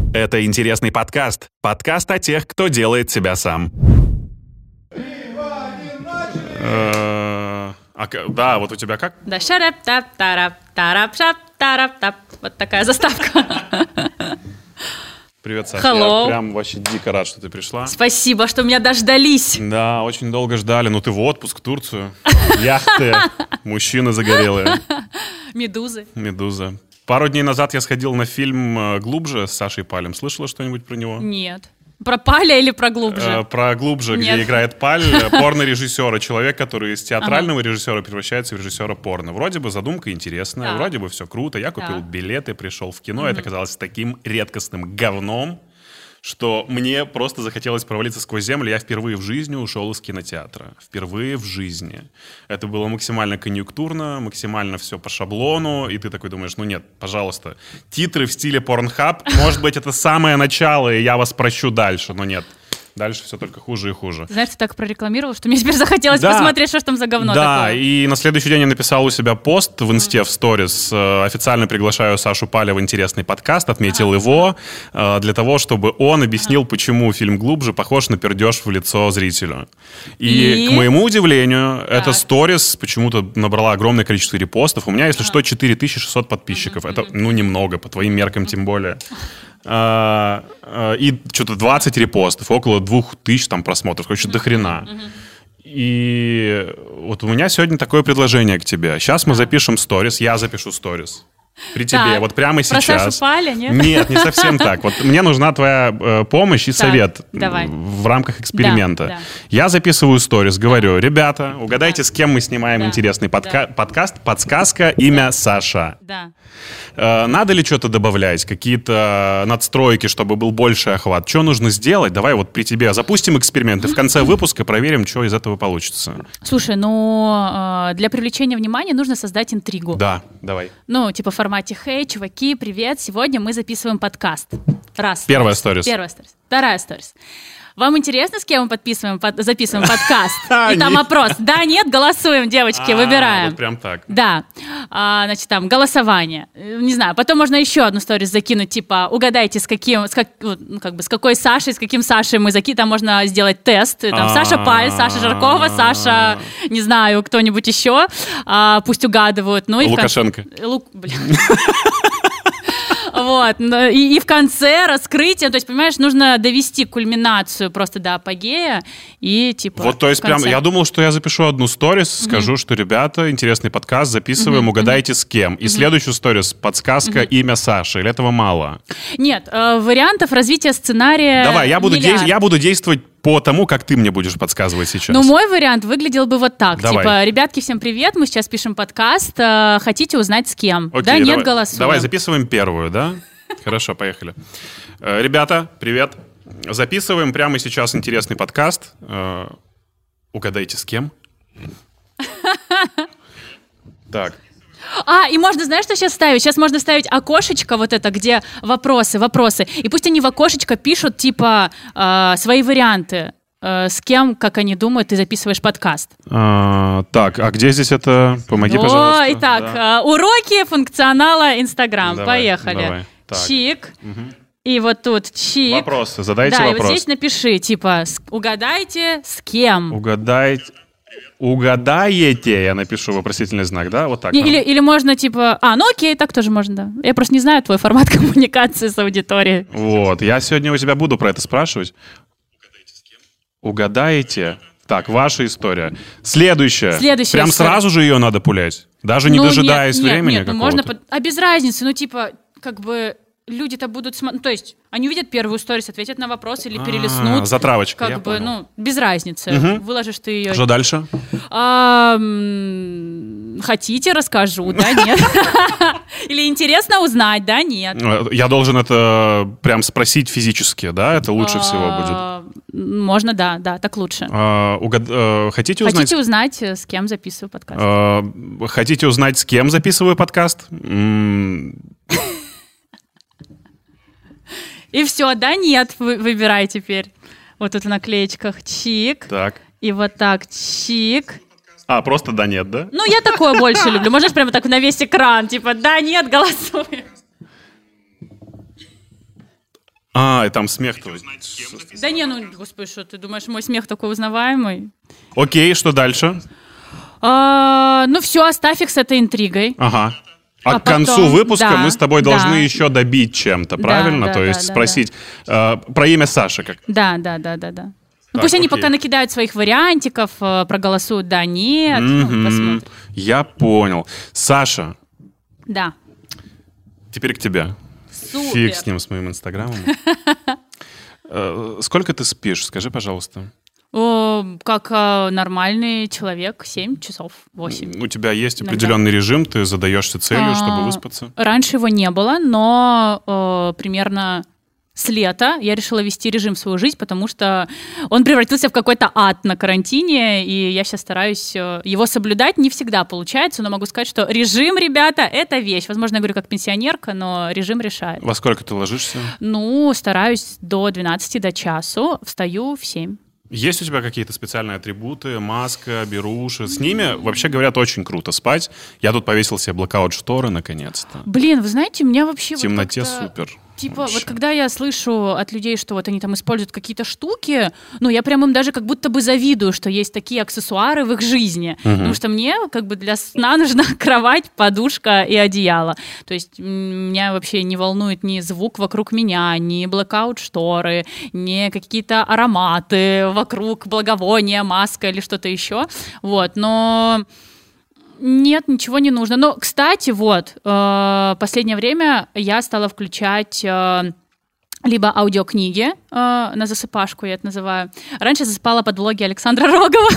Это интересный подкаст. Подкаст о тех, кто делает себя сам. Да, вот у тебя как? Да, шарап-тап-тарап-тарап-шап-тарап-тап. Вот такая заставка. Привет, Саша. Hello. Я прям вообще дико рад, что ты пришла. Спасибо, что меня дождались. Да, очень долго ждали. Ну ты в отпуск в Турцию. Яхты, мужчины загорелые. Медуза. Пару дней назад я сходил на фильм «Глубже» с Сашей Палем. Слышала что-нибудь про него? Нет. Про Паля или про Глубже? Про «Глубже», Нет. где играет Паль, порно-режиссера. Человек, который из театрального режиссера превращается в режиссера порно. Вроде бы задумка интересная, вроде бы все круто. Я купил билеты, пришел в кино. Это казалось таким редкостным говном, что мне просто захотелось провалиться сквозь землю. Я впервые в жизни ушел из кинотеатра. Впервые в жизни. Это было максимально конъюнктурно, максимально все по шаблону. И ты такой думаешь, ну нет, пожалуйста, титры в стиле Pornhub. Может быть, это самое начало, и я вас прощу дальше. Но нет. Дальше все только хуже и хуже. Знаешь, ты так прорекламировал, что мне теперь захотелось посмотреть, что ж там за говно такое. Да, и на следующий день я написал у себя пост в инсте, в сторис. Официально приглашаю Сашу Паля в интересный подкаст, отметил его, для того, чтобы он объяснил, почему фильм «Глубже» похож на пердеж в лицо зрителю. И к моему удивлению, эта сторис почему-то набрала огромное количество репостов. У меня, если что, 4600 подписчиков. Это, немного, по твоим меркам тем более. И что-то 20 репостов, около 2000 там просмотров, короче, до хрена. И вот у меня сегодня такое предложение к тебе. Сейчас мы запишем сторис, я запишу сторис. При тебе, вот прямо сейчас. Про Сашу Паля, нет? Нет, не совсем так. Вот мне нужна твоя помощь и совет в рамках эксперимента. Да. Я записываю сторис, говорю, ребята, угадайте, с кем мы снимаем интересный подкаст. Подсказка, имя Саша. Да. Надо ли что-то добавлять? Какие-то надстройки, чтобы был больший охват? Что нужно сделать? Давай вот при тебе запустим эксперимент, и в конце выпуска проверим, что из этого получится. Слушай, для привлечения внимания нужно создать интригу. Да, давай. Типа в формате «Хей, чуваки, привет, сегодня мы записываем подкаст». Первая сторис. Вторая сторис. Вам интересно, с кем мы записываем подкаст? И там опрос. Да, нет, голосуем, девочки, выбираем. Вот прям так. Да. Значит, там голосование. Не знаю, потом можно еще одну сторис закинуть, типа, угадайте, с какой Сашей, с каким Сашей мы закинем. Там можно сделать тест. Там Саша Паль, Саша Жаркова, Саша, не знаю, кто-нибудь еще. Пусть угадывают. Лукашенко. Вот, и в конце раскрытие, то есть, понимаешь, нужно довести кульминацию просто до апогея и типа. Вот, то есть, прям, я думал, что я запишу одну сторис, скажу, что, ребята, интересный подкаст, записываем, угадайте с кем. И следующую сторис, подсказка, имя Саши, или этого мало? Нет, вариантов развития сценария. Давай, я буду действовать по тому, как ты мне будешь подсказывать сейчас. Мой вариант выглядел бы вот так. Давай. Типа, ребятки, всем привет, мы сейчас пишем подкаст, хотите узнать с кем? Окей, да, нет, голосуем. Давай записываем первую, да? Хорошо, поехали. Ребята, привет. Записываем прямо сейчас интересный подкаст. Угадайте, с кем? Так. И можно, знаешь, что сейчас ставить? Сейчас можно ставить окошечко вот это, где вопросы. И пусть они в окошечко пишут, типа, свои варианты. С кем, как они думают, ты записываешь подкаст. Так, а где здесь это? Помоги, пожалуйста. Итак, уроки функционала Инстаграм. Поехали. Давай. Так. Чик. И вот тут чик. Вопросы, задайте вопрос. Да, и вот здесь напиши, типа, угадайте, с кем. Угадаете, я напишу вопросительный знак, да? Вот так. Или можно, типа, окей, так тоже можно, да. Я просто не знаю твой формат коммуникации с аудиторией. Вот, я сегодня у тебя буду про это спрашивать. Угадаете? Так, ваша история. Следующая. Прям сразу же ее надо пулять? Даже не дожидаясь времени какого-то? Можно... без разницы, люди-то будут смотреть, то есть они увидят первую сторис, ответят на вопрос или перелистнут. Затравочка, я понял. Без разницы. Выложишь ты ее. Что дальше? Хотите, расскажу, да, нет? Или интересно узнать, да, нет? Я должен это прям спросить физически, да? Это лучше всего будет? Можно, да, так лучше. Хотите узнать? Хотите узнать, с кем записываю подкаст? Хотите узнать, с кем записываю подкаст? И все, да, нет, выбирай теперь. Вот тут в наклеечках чик. Так. И вот так чик. Просто да, нет, да? Я такое больше люблю. Можешь прямо так на весь экран, типа, да, нет, голосуем. И там смех-то... Да не, господи, что ты думаешь, мой смех такой узнаваемый? Окей, что дальше? Все, оставь их с этой интригой. Ага. А к концу выпуска мы с тобой должны еще добить чем-то, правильно? То есть спросить про имя Саши. Да. Пусть они пока накидают своих вариантиков, проголосуют «да», «нет», посмотрим. Я понял. Саша. Да. Теперь к тебе. Супер. Фиг с ним, с моим инстаграмом. Сколько ты спишь? Скажи, пожалуйста. Как нормальный человек, 7 часов, 8. У тебя есть определенный режим, ты задаешься целью, чтобы выспаться? Раньше его не было, но примерно с лета я решила вести режим в свою жизнь, потому что он превратился в какой-то ад на карантине, и я сейчас стараюсь его соблюдать. Не всегда получается, но могу сказать, что режим, ребята, это вещь. Возможно, я говорю как пенсионерка, но режим решает. Во сколько ты ложишься? Стараюсь до 12, до часу, встаю в 7. Есть у тебя какие-то специальные атрибуты, маска, беруши? С ними, вообще говорят, очень круто спать. Я тут повесил себе блокаут-шторы, наконец-то. Блин, вы знаете, у меня вообще... В темноте супер. Типа, вообще. Вот когда я слышу от людей, что вот они там используют какие-то штуки, я прям им даже как будто бы завидую, что есть такие аксессуары в их жизни. Потому что мне как бы для сна нужна кровать, подушка и одеяло. То есть меня вообще не волнует ни звук вокруг меня, ни блэкаут-шторы, ни какие-то ароматы вокруг, благовония, маска или что-то еще. Вот, но... Нет, ничего не нужно. Но, кстати, последнее время я стала включать либо аудиокниги на засыпашку, я это называю. Раньше засыпала под влоги Александра Рогова.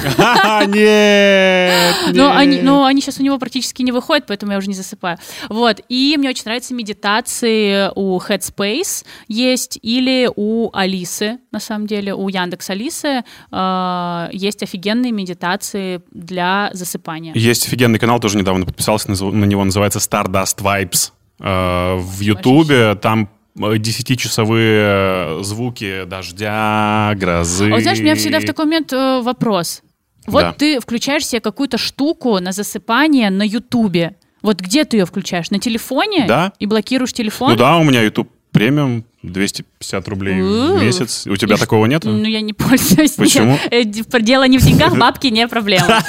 Нет! Но они сейчас у него практически не выходят, поэтому я уже не засыпаю. Вот. И мне очень нравятся медитации у Headspace есть или у Алисы, на самом деле, у Яндекс Алисы есть офигенные медитации для засыпания. Есть офигенный канал, тоже недавно подписался на него, называется Stardust Vibes в Ютубе. Там 10-часовые звуки дождя, грозы. Знаешь, у меня всегда в такой момент вопрос. Ты включаешь себе какую-то штуку на засыпание на Ютубе. Вот где ты ее включаешь? На телефоне? Да. И блокируешь телефон? У меня YouTube премиум, 250 рублей в месяц. У тебя такого нет? Я не пользуюсь. Почему? Дело не в деньгах, бабки не проблема.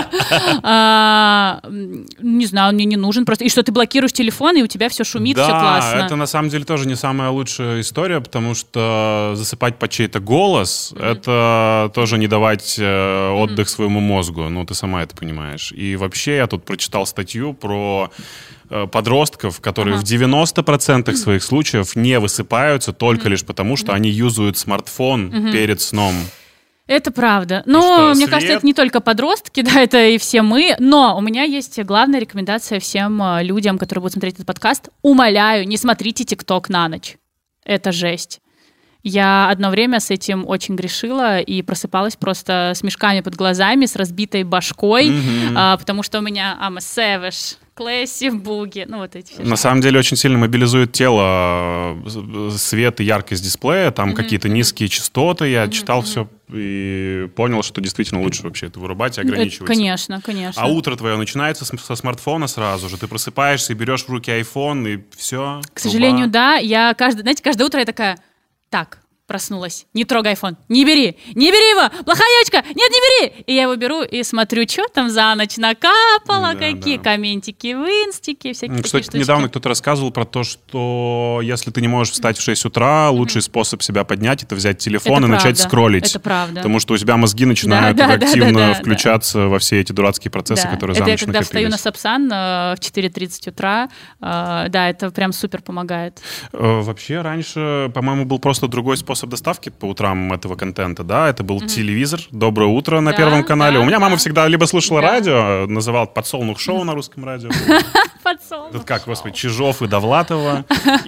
Не знаю, он мне не нужен просто. И что, ты блокируешь телефон, и у тебя все шумит, все классно. Да, это на самом деле тоже не самая лучшая история, потому что засыпать под чей-то голос, это тоже не давать отдых своему мозгу. Ты сама это понимаешь. И вообще я тут прочитал статью про подростков, которые в 90% своих случаев не высыпаются только лишь потому, что они юзают смартфон перед сном. Это правда. Но мне кажется, это не только подростки, да, это и все мы. Но у меня есть главная рекомендация всем людям, которые будут смотреть этот подкаст. Умоляю, не смотрите ТикТок на ночь. Это жесть. Я одно время с этим очень грешила и просыпалась просто с мешками под глазами, с разбитой башкой, потому что у меня I'm a savage, classy, boogie, эти все. На самом деле очень сильно мобилизует тело свет и яркость дисплея, там какие-то низкие частоты, я читал все и понял, что действительно лучше вообще это вырубать и ограничивать. Конечно. А утро твое начинается со смартфона сразу же, ты просыпаешься и берешь в руки iPhone, и все. К сожалению, да, я каждое утро я такая... Так, проснулась. Не трогай iPhone. Не бери его. Плохая девочка. Нет, не бери. И я его беру и смотрю, что там за ночь накапало, какие комментики в инстике, всякие Кстати, штучки. недавно кто-то рассказывал про то, что если ты не можешь встать в 6 утра, лучший способ себя поднять — это взять телефон и начать скроллить. Это правда. Потому что у тебя мозги начинают активно включаться во все эти дурацкие процессы, которые за ночь накопились. Это я когда встаю на Сапсан в 4:30 утра, это прям супер помогает. Вообще, раньше, по-моему, был просто другой способ доставки по утрам этого контента, да, это был телевизор «Доброе утро» на Первом канале. У меня мама всегда либо слушала радио, называл «Подсолнух шоу» на русском радио. Подсолнух. Как, господи, Чижов и Довлатова.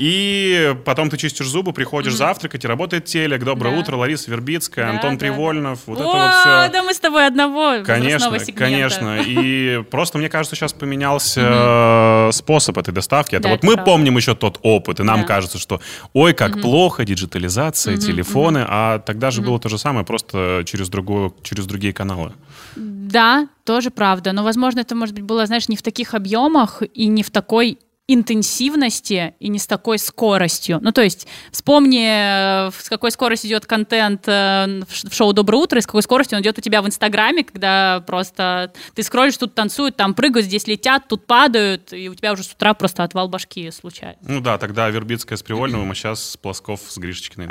И потом ты чистишь зубы, приходишь завтракать, и работает телек. «Доброе утро», Лариса Вербицкая, Антон Привольнов. Вот это вот все. Да мы с тобой одного возрастного сегмента. Конечно. И просто, мне кажется, сейчас поменялся способ этой доставки. Это вот мы помним еще тот опыт, и нам кажется, что ой, как плохо, диджитализация, телефоны, а тогда же было то же самое, просто через другие каналы. Да, тоже правда. Но, возможно, это, может быть, было, знаешь, не в таких объемах и не в такой интенсивности и не с такой скоростью. Ну, то есть вспомни, с какой скоростью идет контент в шоу «Доброе утро» и с какой скоростью он идет у тебя в Инстаграме, когда просто ты скроллишь, тут танцуют, там прыгают, здесь летят, тут падают, и у тебя уже с утра просто отвал башки случается. Ну да, тогда Вербицкая с Привольным, а сейчас с Плосков с Гришечкиной.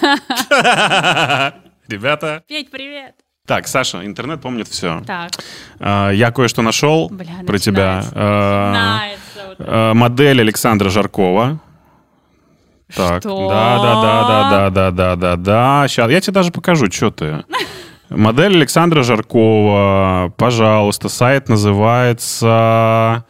Ребята. Петь, привет. Так, Саша, интернет помнит все. Так. Я кое-что нашел про тебя. Модель Александра Жаркова. Так, что? Да. Сейчас, я тебе даже покажу, что ты. Модель Александра Жаркова, пожалуйста, сайт называется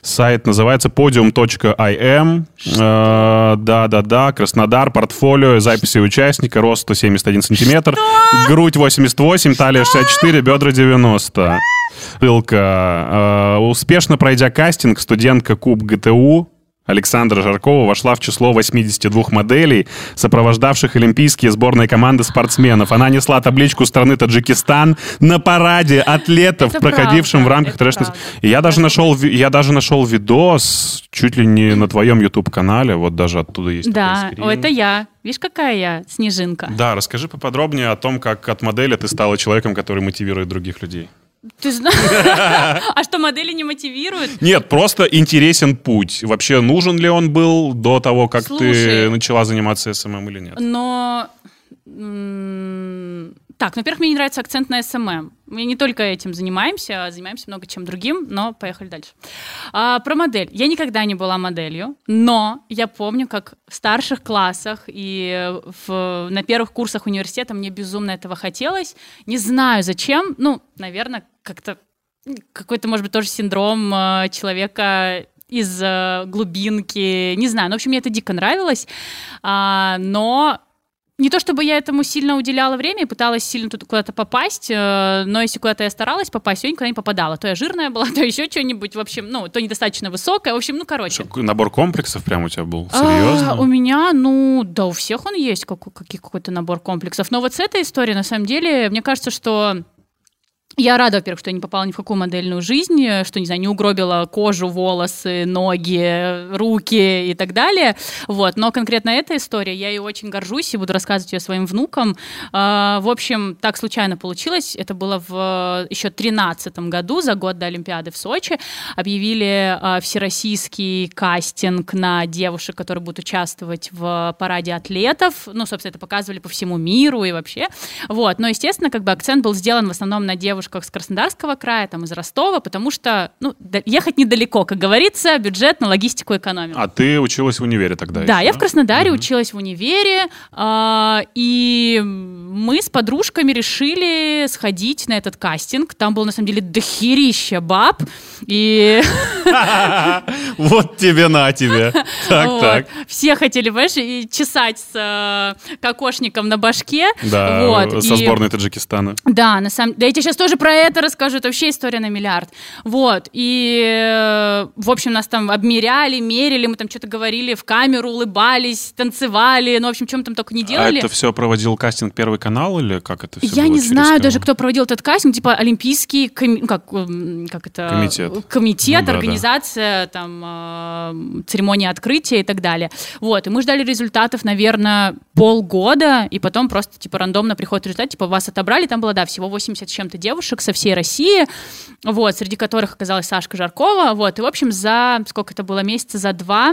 podium.im. Да, Краснодар, портфолио, записи участника, рост 171 сантиметр, грудь 88, талия 64, бедра 90. Ссылка. Успешно пройдя кастинг, студентка КУБ ГТУ Александра Жаркова вошла в число 82 моделей, сопровождавших олимпийские сборные команды спортсменов. Она несла табличку страны Таджикистан на параде атлетов, проходившем в рамках трэш-. И я даже нашел видос чуть ли не на твоем YouTube-канале, вот даже оттуда есть такой скрин. Да, это я. Видишь, какая я снежинка. Да, расскажи поподробнее о том, как от модели ты стала человеком, который мотивирует других людей. Ты знаешь? А что, модели не мотивируют? Нет, просто интересен путь. Вообще, нужен ли он был до того, как ты начала заниматься СММ или нет? Но... Так, во-первых, мне не нравится акцент на СММ. Мы не только этим занимаемся, а занимаемся много чем другим, но поехали дальше. Про модель. Я никогда не была моделью, но я помню, как в старших классах и на первых курсах университета мне безумно этого хотелось. Не знаю зачем, наверное, как-то какой-то, может быть, тоже синдром человека из глубинки, не знаю. В общем, мне это дико нравилось, но... Не то чтобы я этому сильно уделяла время и пыталась сильно тут куда-то попасть, но если куда-то я старалась попасть, я никуда не попадала. То я жирная была, то еще что-нибудь, в общем, то недостаточно высокая, в общем, короче. Что, набор комплексов прям у тебя был? Серьезно? У меня, да, у всех он есть, какой-то набор комплексов. Но вот с этой историей, на самом деле, мне кажется, что... Я рада, во-первых, что я не попала ни в какую модельную жизнь, что, не знаю, не угробила кожу, волосы, ноги, руки и так далее. Вот. Но конкретно эта история, я ей очень горжусь и буду рассказывать ее своим внукам. В общем, так случайно получилось. Это было в еще 2013 году, за год до Олимпиады в Сочи. Объявили всероссийский кастинг на девушек, которые будут участвовать в параде атлетов. Собственно, это показывали по всему миру и вообще. Вот. Но, естественно, акцент был сделан в основном на девушках с Краснодарского края, из Ростова, потому что, ехать недалеко, как говорится, бюджет на логистику экономим. А ты училась в универе тогда? Да, я в Краснодаре училась в универе, и мы с подружками решили сходить на этот кастинг. Там было, на самом деле, дохерища баб, и... Вот тебе на тебе. Так. Все хотели, понимаешь, чесать с кокошником на башке. Да, со сборной Таджикистана. Да, на самом деле. Да, я тебе сейчас тоже про это расскажу. Это вообще история на миллиард. Вот. И, в общем, нас там обмеряли, мерили, мы там что-то говорили в камеру, улыбались, танцевали. В общем, чем мы там только не делали. А это все проводил кастинг Первый канал или как это все было? Я не знаю даже, кто проводил этот кастинг. Типа Олимпийский комитет, организация, там, церемония открытия и так далее. Вот. И мы ждали результатов, наверное, полгода, и потом просто, рандомно приходит результат, вас отобрали. Там было, всего 80 с чем-то девушек со всей России, вот, среди которых оказалась Сашка Жаркова, вот, и, в общем, месяца за 2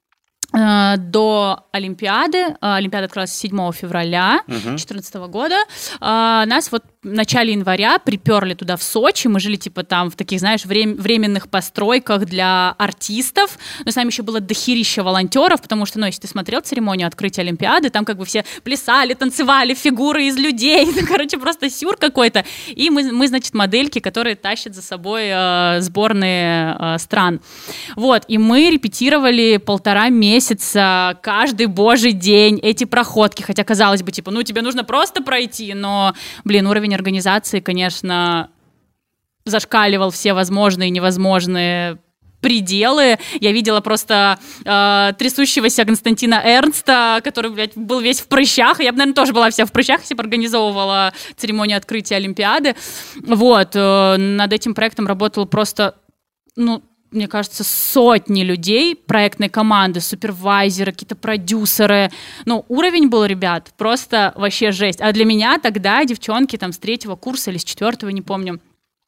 до Олимпиады. Олимпиада открылась 7 февраля 2014 года. Нас в начале января приперли туда в Сочи. Мы жили там в таких, знаешь, временных постройках для артистов. Но с нами еще было дохерища волонтеров, потому что, если ты смотрел церемонию открытия Олимпиады, там все плясали, танцевали, фигуры из людей. Просто сюр какой-то. И мы, значит, модельки, которые тащат за собой сборные стран. Вот. И мы репетировали 1,5 месяца каждый божий день эти проходки, хотя, казалось бы, тебе нужно просто пройти, но, уровень организации, конечно, зашкаливал все возможные и невозможные пределы. Я видела просто трясущегося Константина Эрнста, который, был весь в прыщах. Я бы, наверное, тоже была вся в прыщах, если бы организовывала церемонию открытия Олимпиады. Вот. Над этим проектом работал просто, мне кажется, сотни людей, проектной команды, супервайзеры, какие-то продюсеры. Ну, уровень был, ребят, просто вообще жесть. А для меня тогда девчонки там с 3-го курса или с 4-го, не помню,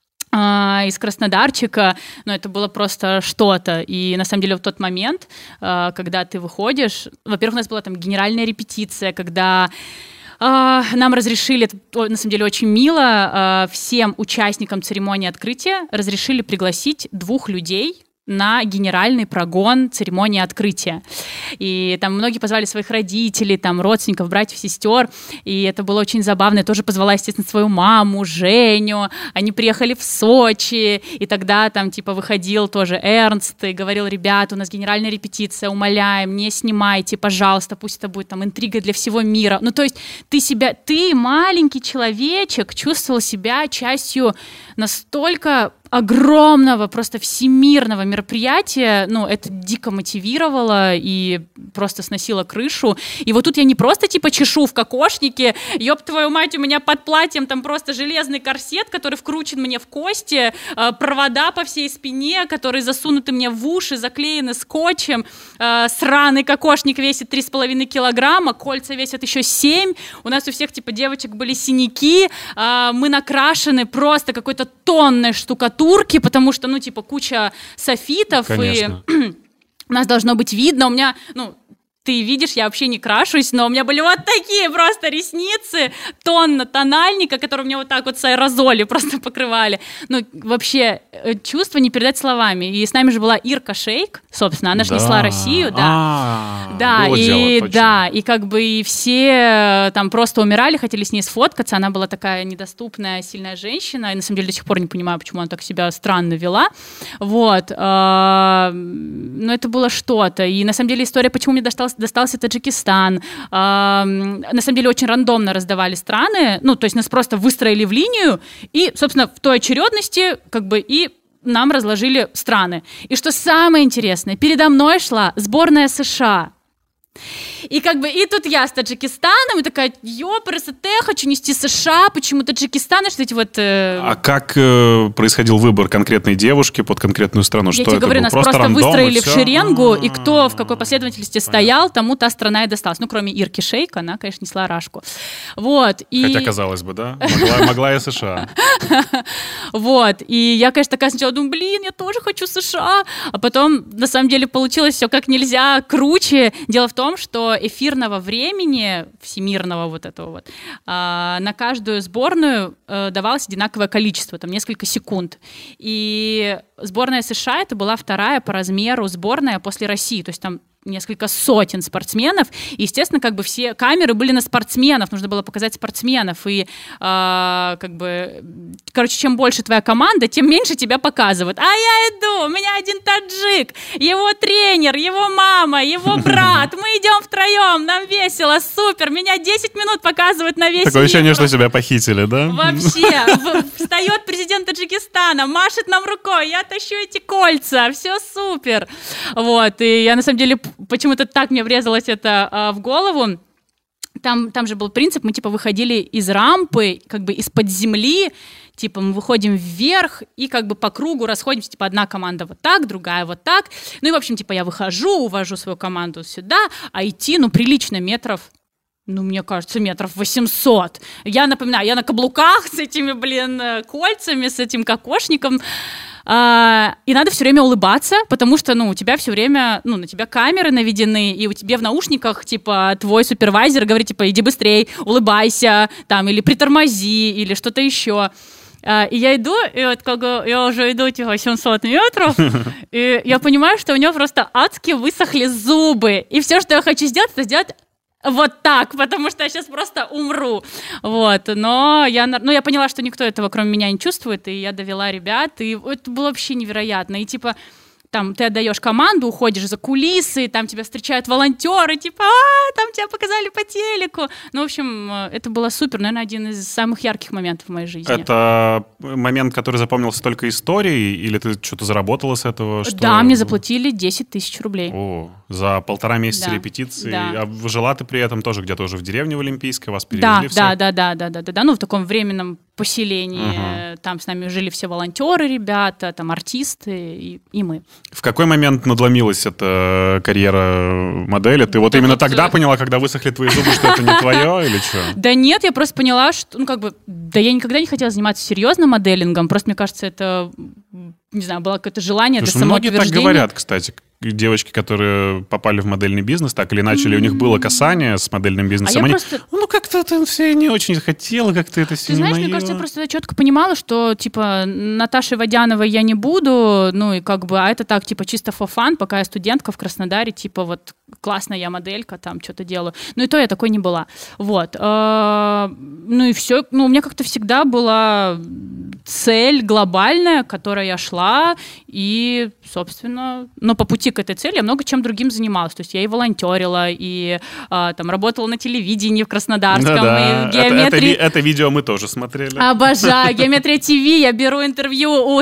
из Краснодарчика, ну, это было просто что-то. И, на самом деле, в тот момент, когда ты выходишь... Во-первых, у нас была там генеральная репетиция, когда... Нам разрешили, это, на самом деле, очень мило, всем участникам церемонии открытия разрешили пригласить 2 людей на генеральный прогон церемонии открытия. И там многие позвали своих родителей, там, родственников, братьев, сестер, и это было очень забавно. Я тоже позвала, естественно, свою маму, Женю, они приехали в Сочи, и тогда там, типа, выходил тоже Эрнст и говорил: ребята, у нас генеральная репетиция, умоляем, не снимайте, пожалуйста, пусть это будет там интрига для всего мира. Ну, то есть ты, маленький человечек, чувствовал себя частью настолько огромного, просто всемирного мероприятия, ну, это дико мотивировало и просто сносило крышу. И вот тут я не просто, типа, чешу в кокошнике, ёб твою мать, у меня под платьем там просто железный корсет, который вкручен мне в кости, провода по всей спине, которые засунуты мне в уши, заклеены скотчем, сраный кокошник весит 3,5 килограмма, кольца весят еще 7, у нас у всех, типа, девочек были синяки, мы накрашены просто какой-то тонной штукатуркой, потому что, ну, типа, куча софитов, конечно. И у нас должно быть видно. У меня, ну, ты видишь, я вообще не крашусь, но у меня были вот такие просто ресницы, тонна тональника, который мне вот так вот с аэрозоли просто покрывали. Ну, вообще, чувство не передать словами. И с нами же была Ирка Шейк, собственно, она же несла Россию, да. Да, и дело, да, и как бы и все там просто умирали, хотели с ней сфоткаться. Она была такая недоступная, сильная женщина. И на самом деле до сих пор не понимаю, почему она так себя странно вела. Вот. Но это было что-то. И на самом деле история, почему мне достался Таджикистан. На самом деле очень рандомно раздавали страны, ну, то есть нас просто выстроили в линию, и, собственно, в той очередности, как бы, и нам разложили страны. И что самое интересное, передо мной шла сборная США. И как бы, и тут я с Таджикистаном, и такая, РСТ, хочу нести США, почему Таджикистан, и что эти вот... А как происходил выбор конкретной девушки под конкретную страну? Я тебе говорю, нас просто выстроили в шеренгу, и кто в какой последовательности стоял, тому та страна и досталась. Ну, кроме Ирки Шейк, она, конечно, несла рашку. Вот. И... Хотя, казалось бы, да, могла и США. Вот. И я, конечно, такая сначала думаю, блин, я тоже хочу США, а потом, на самом деле, получилось все как нельзя круче. Дело в том, что эфирного времени, всемирного вот этого вот, на каждую сборную давалось одинаковое количество, там несколько секунд. И сборная США это была 2-я по размеру сборная после России, то есть там несколько сотен спортсменов, и, естественно, как бы все камеры были на спортсменов, нужно было показать спортсменов, и как бы, короче, чем больше твоя команда, тем меньше тебя показывают. А я иду, у меня один таджик, его тренер, его мама, его брат, мы идем втроем, нам весело, супер, меня 10 минут показывают на весь мир. Такое ощущение, что тебя похитили, да? Вообще, встает президент Таджикистана, машет нам рукой, я тащу эти кольца, все супер. Вот, и я, на самом деле, почему-то так мне врезалось это в голову. Там же был принцип, мы типа выходили из рампы, как бы из-под земли, типа мы выходим вверх и как бы по кругу расходимся, типа одна команда вот так, другая вот так. Ну и, в общем, типа я выхожу, увожу свою команду сюда, а идти, ну, прилично метров, ну, мне кажется, метров 800. Я напоминаю, я на каблуках с этими, кольцами, с этим кокошником. И надо все время улыбаться, потому что, ну, у тебя все время, ну, на тебя камеры наведены, и у тебя в наушниках, типа, твой супервайзер говорит, типа, иди быстрей, улыбайся, там, или притормози, или что-то еще. И я иду, и вот как я уже иду, типа, 700 метров, и я понимаю, что у него просто адски высохли зубы, и все, что я хочу сделать, это сделать вот так, потому что я сейчас просто умру. Вот. Но я поняла, что никто этого, кроме меня, не чувствует, и я довела ребят, и это было вообще невероятно. И типа там ты отдаешь команду, уходишь за кулисы, там тебя встречают волонтеры, типа, там тебя показали по телеку. Ну, в общем, это было супер, наверное, один из самых ярких моментов в моей жизни. Это момент, который запомнился только историей, или ты что-то заработала с этого? Что... Да, мне заплатили 10 тысяч рублей. О, за 1,5 месяца репетиции. Да. А жила ты при этом тоже где-то уже в деревне в Олимпийской, вас перевезли Да. Ну, в таком временном поселении. Там с нами жили все волонтеры, ребята, там артисты и мы. В какой момент надломилась эта карьера модели? Ты вот именно тогда поняла, когда высохли твои зубы, что это не твое или что? Да нет, я просто поняла, что, да я никогда не хотела заниматься серьезным моделингом, просто мне кажется, это, не знаю, было какое-то желание, это самоутверждение. Многие так говорят, кстати. Девочки, которые попали в модельный бизнес, так или иначе, у них было касание с модельным бизнесом. Они, просто... как-то это все не очень хотела, как-то это все не моё. Ты знаешь, мне кажется, я просто четко понимала, что, типа, Наташей Водяновой я не буду, а это так, типа, чисто for fun, пока я студентка в Краснодаре, типа, вот, классная я моделька, там, что-то делаю. И то я такой не была. Вот. И все. У меня как-то всегда была цель глобальная, к которой я шла, и, собственно, по пути к этой цели я много чем другим занималась. То есть я и волонтерила, и там работала на телевидении в Краснодарском, и геометрии. Это видео мы тоже смотрели. Обожаю. Геометрия ТВ. Я беру интервью у,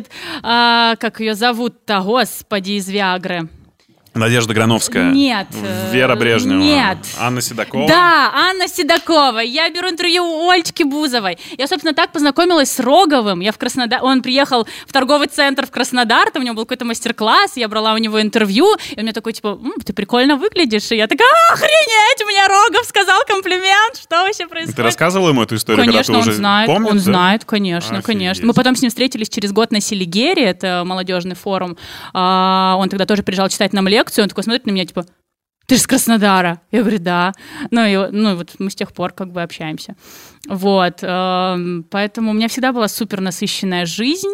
как ее зовут-то, господи, из Виагры. Надежда Грановская. Нет. Вера Брежнева. Нет. Анна Седокова. Да, Анна Седокова. Я беру интервью у Ольчки Бузовой. Я, собственно, так познакомилась с Роговым. Я в Краснодар. Он приехал в торговый центр в Краснодар, там у него был какой-то мастер-класс, я брала у него интервью, и он мне такой, типа, ты прикольно выглядишь. И я такая, охренеть, мне Рогов сказал комплимент, что вообще происходит? Ты рассказывала ему эту историю, конечно, когда ты уже знает, помнишь? Он знает, конечно. Мы потом с ним встретились через год на Селигере, это молодежный форум. Он тогда тоже приезжал читать нам лекцию, он такой смотрит на меня, типа, ты же с Краснодара. Я говорю, да. Вот мы с тех пор как бы общаемся. Вот. Поэтому у меня всегда была супер насыщенная жизнь,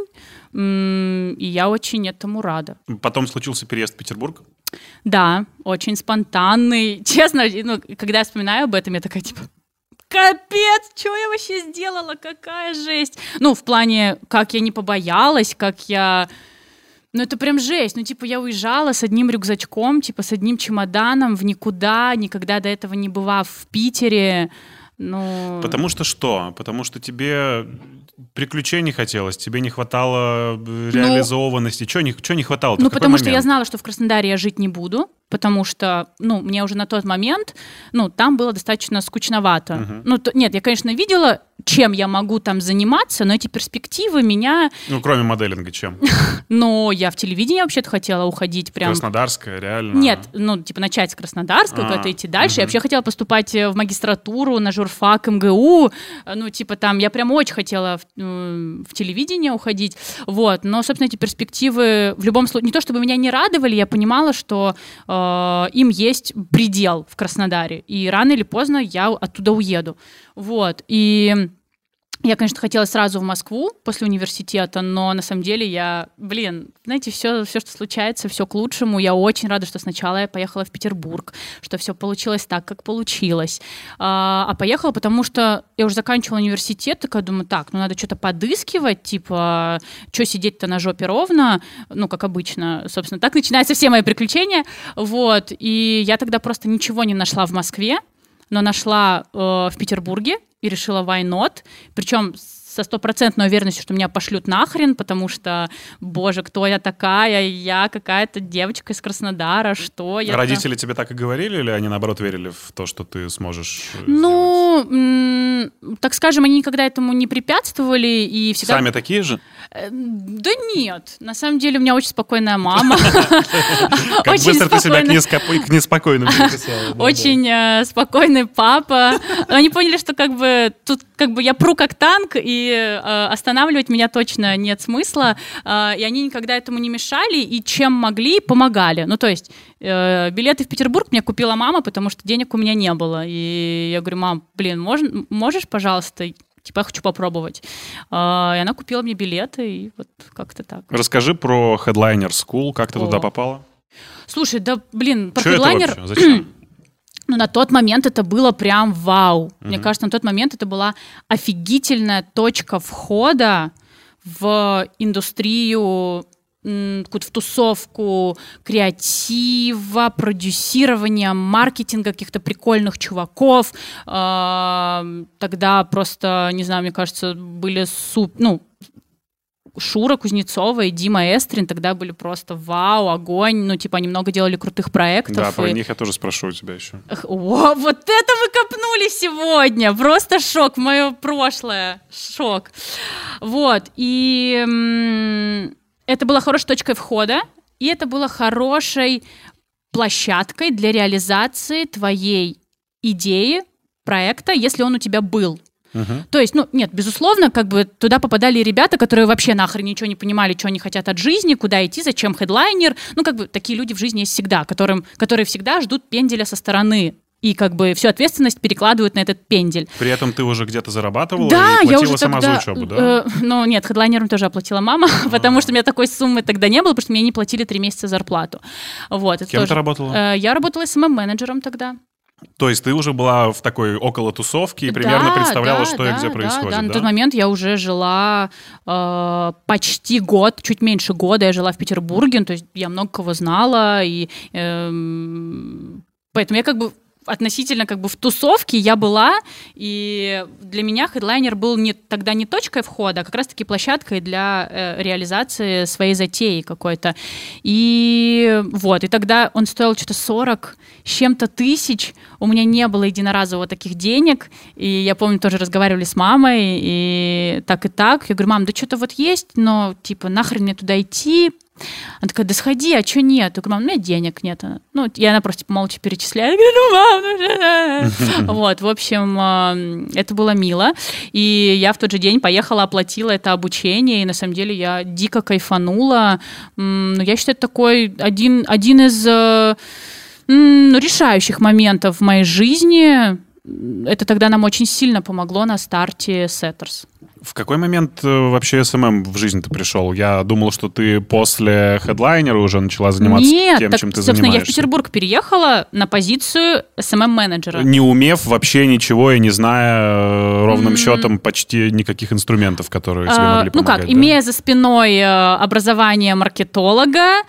и я очень этому рада. Потом случился переезд в Петербург? Да, очень спонтанный. Честно, когда я вспоминаю об этом, я такая, типа, капец, что я вообще сделала, какая жесть. В плане, как я не побоялась, как я... это прям жесть. Я уезжала с одним рюкзачком, с одним чемоданом в никуда, никогда до этого не была в Питере. Потому что что? Потому что тебе приключений хотелось, тебе не хватало реализованности. Чего не хватало? Потому что я знала, что в Краснодаре я жить не буду, потому что, мне уже на тот момент, там было достаточно скучновато. Нет, я, конечно, видела, чем я могу там заниматься, но эти перспективы меня... кроме моделинга, чем? Я в телевидении вообще-то хотела уходить прям... Краснодарская, реально? Нет, начать с Краснодарского, куда-то идти дальше. Я вообще хотела поступать в магистратуру на журфак МГУ. Я прям очень хотела в телевидение уходить. Вот, но, собственно, эти перспективы в любом случае... Не то чтобы меня не радовали, я понимала, что им есть предел в Краснодаре. И рано или поздно я оттуда уеду. Вот, и... Я, конечно, хотела сразу в Москву после университета, но на самом деле все, что случается, все к лучшему. Я очень рада, что сначала я поехала в Петербург, что все получилось так, как получилось. А поехала, потому что я уже заканчивала университет, такая думаю, надо что-то подыскивать, что сидеть-то на жопе ровно, как обычно. Собственно, так начинаются все мои приключения. Вот, и я тогда просто ничего не нашла в Москве, но нашла в Петербурге и решила why not. Причем со 100% уверенностью, что меня пошлют нахрен, потому что, боже, кто я такая? Я какая-то девочка из Краснодара, что я... Родители тебе так и говорили, или они, наоборот, верили в то, что ты сможешь так скажем, они никогда этому не препятствовали и всегда... Сами такие же? Да нет. На самом деле у меня очень спокойная мама. Как быстро ты себя к неспокойным приписала. Очень спокойный папа. Они поняли, что тут я пру как танк, и останавливать меня точно нет смысла. И они никогда этому не мешали, и чем могли, помогали. То есть билеты в Петербург мне купила мама, потому что денег у меня не было. И я говорю, мам, можешь, пожалуйста, я хочу попробовать. И она купила мне билеты, и вот как-то так. Расскажи про Headliner School, как ты туда попала? Слушай, про Что Headliner... это вообще? Зачем? На тот момент это было прям вау. Мне кажется, на тот момент это была офигительная точка входа в индустрию, в тусовку креатива, продюсирования, маркетинга каких-то прикольных чуваков. Тогда просто, не знаю, мне кажется, были Шура Кузнецова и Дима Эстрин тогда были просто вау, огонь. Ну, типа, они много делали крутых проектов. Да, про них я тоже спрошу у тебя еще. О, вот это вы копнули сегодня! Просто шок, мое прошлое. Шок. Вот. И это была хорошей точкой входа, и это было хорошей площадкой для реализации твоей идеи, проекта, если он у тебя был. То есть, ну, нет, безусловно, как бы туда попадали ребята, которые вообще нахрен ничего не понимали, что они хотят от жизни, куда идти, зачем хедлайнер. Ну, как бы такие люди в жизни есть всегда, которые всегда ждут пенделя со стороны. И как бы всю ответственность перекладывают на этот пендель. При этом ты уже где-то зарабатывала да, и платила я уже сама тогда, за учебу, да? Ну, нет, хедлайнером тоже оплатила мама, потому что у меня такой суммы тогда не было, потому что мне не платили 3 месяца зарплату. Вот, Кем ты работала? Я работала SMM-менеджером тогда. То есть ты уже была в такой около тусовки и примерно представляла, что и где происходит, да? На тот момент я уже жила почти год, чуть меньше года я жила в Петербурге, то есть я много кого знала, и поэтому я как бы относительно как бы в тусовке я была, и для меня хедлайнер был тогда не точкой входа, а как раз-таки площадкой для реализации своей затеи какой-то. И вот, и тогда он стоил что-то 40 с чем-то тысяч, у меня не было единоразово таких денег, и я помню, тоже разговаривали с мамой, и так. Я говорю, мам, да что-то вот есть, но типа нахрен мне туда идти? Она такая, да сходи, а что нет? Я говорю, мам, у меня денег нет. Ну, и она просто молча перечисляет. Я говорю, ну, мам, вот, в общем, это было мило. И я в тот же день поехала, оплатила это обучение, и на самом деле я дико кайфанула. Я считаю, это такой один из решающих моментов в моей жизни. Это тогда нам очень сильно помогло на старте Setters. В какой момент вообще SMM в жизнь-то пришел? Я думал, что ты после хедлайнера уже начала заниматься тем, чем ты занимаешься. Собственно, я в Петербург переехала на позицию SMM-менеджера. Не умев вообще ничего и не зная ровным счетом почти никаких инструментов, которые тебе могли помогать. Ну как, имея за спиной образование маркетолога,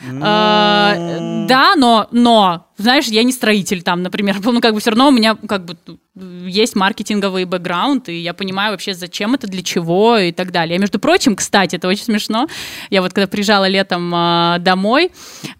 да, но знаешь, я не строитель там, например, ну как бы все равно у меня как бы есть маркетинговый бэкграунд, и я понимаю вообще, зачем это, для чего и так далее. И, между прочим, кстати, это очень смешно, я вот когда приезжала летом домой,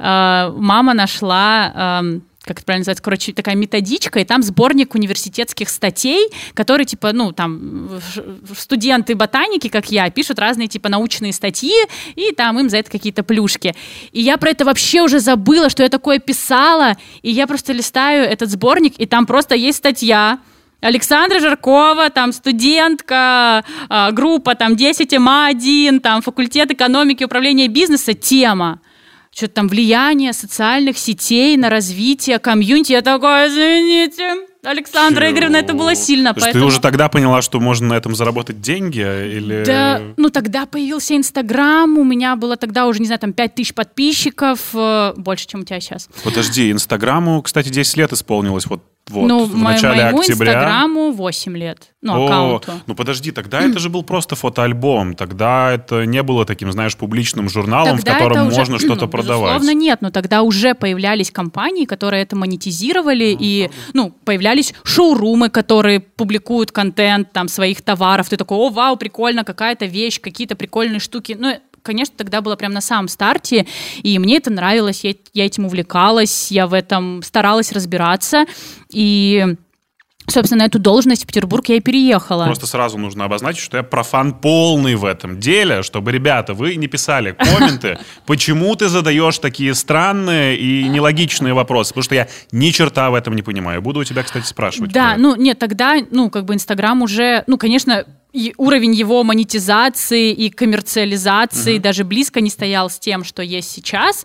мама нашла... как это правильно называется, короче, такая методичка, и там сборник университетских статей, которые, типа, ну, там, студенты ботаники, как я, пишут разные, типа, научные статьи, и там им за это какие-то плюшки. И я про это вообще уже забыла, что я такое писала, и я просто листаю этот сборник, и там просто есть статья Александра Жаркова, там, студентка, группа, там, 10МА1, там, факультет экономики и управления бизнеса, тема. Что-то там влияние социальных сетей на развитие комьюнити. Я такая, извините, Александра Игоревна, это было сильно. Поэтому... Ты уже тогда поняла, что можно на этом заработать деньги? Или... Да, ну тогда появился Инстаграм, у меня было тогда уже, не знаю, там 5000 подписчиков, больше, чем у тебя сейчас. Подожди, Инстаграму, кстати, 10 лет исполнилось вот ну, в начале моему октября. Инстаграму 8 лет. Ну, аккаунту. Ну, подожди, тогда это же был просто фотоальбом. Тогда это не было таким, знаешь, публичным журналом, тогда в котором можно уже, что-то продавать. Безусловно, нет. Но тогда уже появлялись компании, которые это монетизировали, и, ну, появлялись шоурумы, которые публикуют контент там своих товаров. Ты такой, о, вау, прикольно, какая-то вещь, какие-то прикольные штуки. Ну, конечно, тогда было прям на самом старте, и мне это нравилось, я этим увлекалась, я в этом старалась разбираться, и, собственно, на эту должность в Петербург я и переехала. Просто сразу нужно обозначить, что я профан полный в этом деле, чтобы, ребята, вы не писали комменты, почему ты задаешь такие странные и нелогичные вопросы, потому что я ни черта в этом не понимаю. Буду у тебя, кстати, спрашивать. Да, ну, нет, тогда, ну, как бы Инстаграм уже, ну, конечно... И уровень его монетизации и коммерциализации даже близко не стоял с тем, что есть сейчас.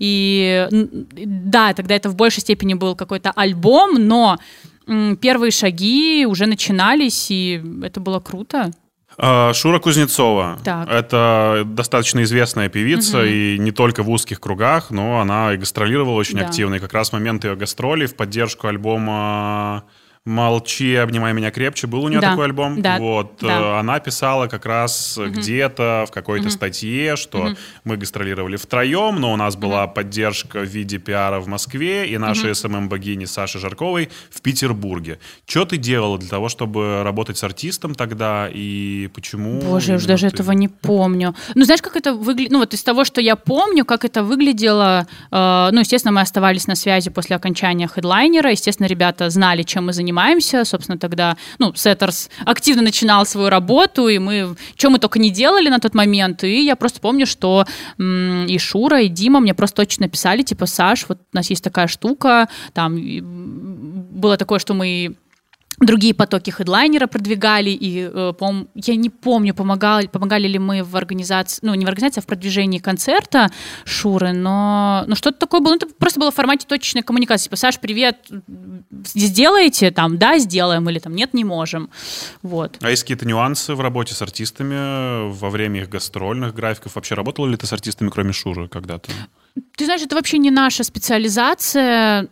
И да, тогда это в большей степени был какой-то альбом, но первые шаги уже начинались, и это было круто. Шура Кузнецова. Так. Это достаточно известная певица, и не только в узких кругах, но она и гастролировала очень активно. И как раз в момент ее гастролей в поддержку альбома «Молчи, обнимай меня крепче», был у нее такой альбом. Вот. Она писала как раз где-то в какой-то статье, что мы гастролировали втроем, но у нас была поддержка в виде пиара в Москве и нашей СММ-богини Саши Жарковой в Петербурге. Что ты делала для того, чтобы работать с артистом тогда, и почему? Боже, я уже даже этого не помню. Ну, знаешь, как это выглядит? Ну, вот из того, что я помню, как это выглядело, ну, естественно, мы оставались на связи после окончания хедлайнера, естественно, ребята знали, чем мы занимаемся, собственно, тогда, ну, Сеттерс активно начинал свою работу, и мы, что мы только не делали на тот момент, и я просто помню, что и Шура, и Дима мне просто точно написали, типа, Саш, вот у нас есть такая штука, там было такое, что мы другие потоки хедлайнера продвигали, и, я не помню, помогали ли мы в организации, ну, не в организации, а в продвижении концерта Шуры, но что-то такое было, ну, это просто было в формате точечной коммуникации, типа, Саш, привет, сделаете? Там, да, сделаем, или там, нет, не можем, вот. А есть какие-то нюансы в работе с артистами во время их гастрольных графиков? Вообще работала ли ты с артистами, кроме Шуры, когда-то? Ты знаешь, это вообще не наша специализация,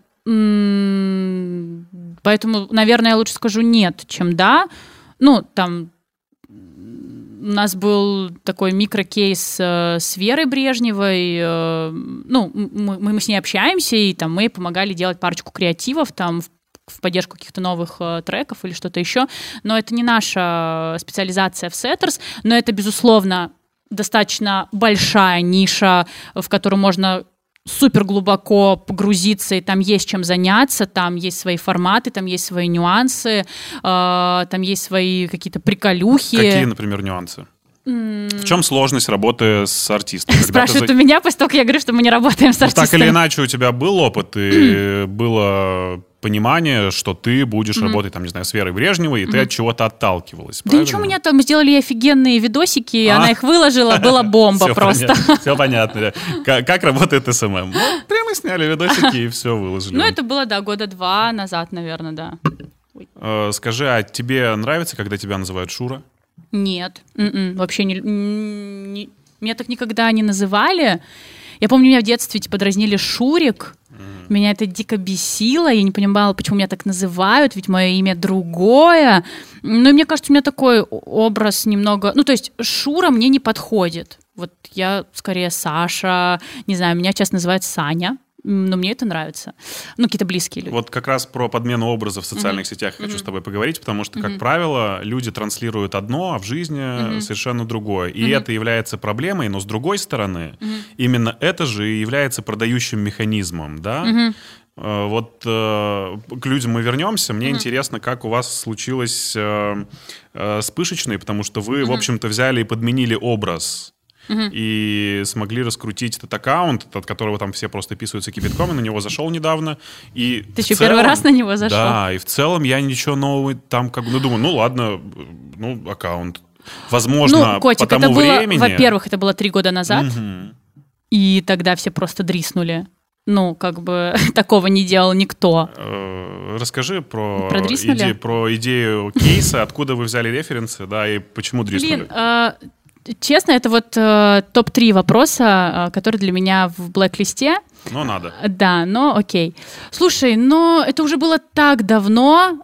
поэтому, наверное, я лучше скажу нет, чем да. Ну, там у нас был такой микрокейс с Верой Брежневой. Ну, мы с ней общаемся, и там мы помогали делать парочку креативов там в поддержку каких-то новых треков или что-то еще. Но это не наша специализация в Сеттерс, но это, безусловно, достаточно большая ниша, в которую можно супер глубоко погрузиться, и там есть чем заняться, там есть свои форматы, там есть свои нюансы, там есть свои какие-то приколюхи. Какие, например, нюансы? В чем сложность работы с артистом? Спрашивают у меня, после того, как я говорю, что мы не работаем с артистами. Так или иначе, у тебя был опыт, и было понимание, что ты будешь работать, там, не знаю, с Верой Брежневой, и ты от чего-то отталкивалась. Да ничего, у меня там сделали офигенные видосики, она их выложила, была бомба просто. Все понятно. Как работает СММ? Прямо сняли видосики и все выложили. Ну, это было, да, 2 года назад, наверное, да. Скажи, а тебе нравится, когда тебя называют Шура? Нет, вообще не. Меня так никогда не называли. Я помню, меня в детстве типа дразнили Шурик. Меня это дико бесило. Я не понимала, почему меня так называют, ведь мое имя другое. Ну, и мне кажется, у меня такой образ немного... Ну, то есть Шура мне не подходит. Вот я скорее Саша, не знаю, меня часто называют Саня. Но мне это нравится. Ну, какие-то близкие люди. Вот как раз про подмену образов в социальных сетях я хочу с тобой поговорить, потому что, как правило, люди транслируют одно, а в жизни совершенно другое. И это является проблемой, но с другой стороны, именно это же и является продающим механизмом, да? Вот к людям мы вернемся. Мне интересно, как у вас случилось с Пышечной, потому что вы, в общем-то, взяли и подменили образ и смогли раскрутить этот аккаунт, от которого там все просто писаются кипятком, и на него зашел недавно. И ты еще первый раз на него зашел? Да, и в целом я ничего нового там как бы, ну, думаю, ну ладно, ну, аккаунт. Возможно, ну, Котик, по тому времени... Во-первых, это было 3 года назад, и тогда все просто дриснули. Ну, как бы такого не делал никто. Расскажи про идею кейса, откуда вы взяли референсы, да, и почему дриснули. Честно, это вот топ-3 вопроса, которые для меня в блэк-листе. Ну, надо. Да, но окей. Слушай, но это уже было так давно,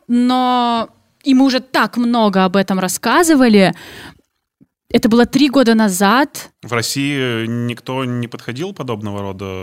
и мы уже так много об этом рассказывали. Это было 3 года назад. В России никто не подходил подобного рода?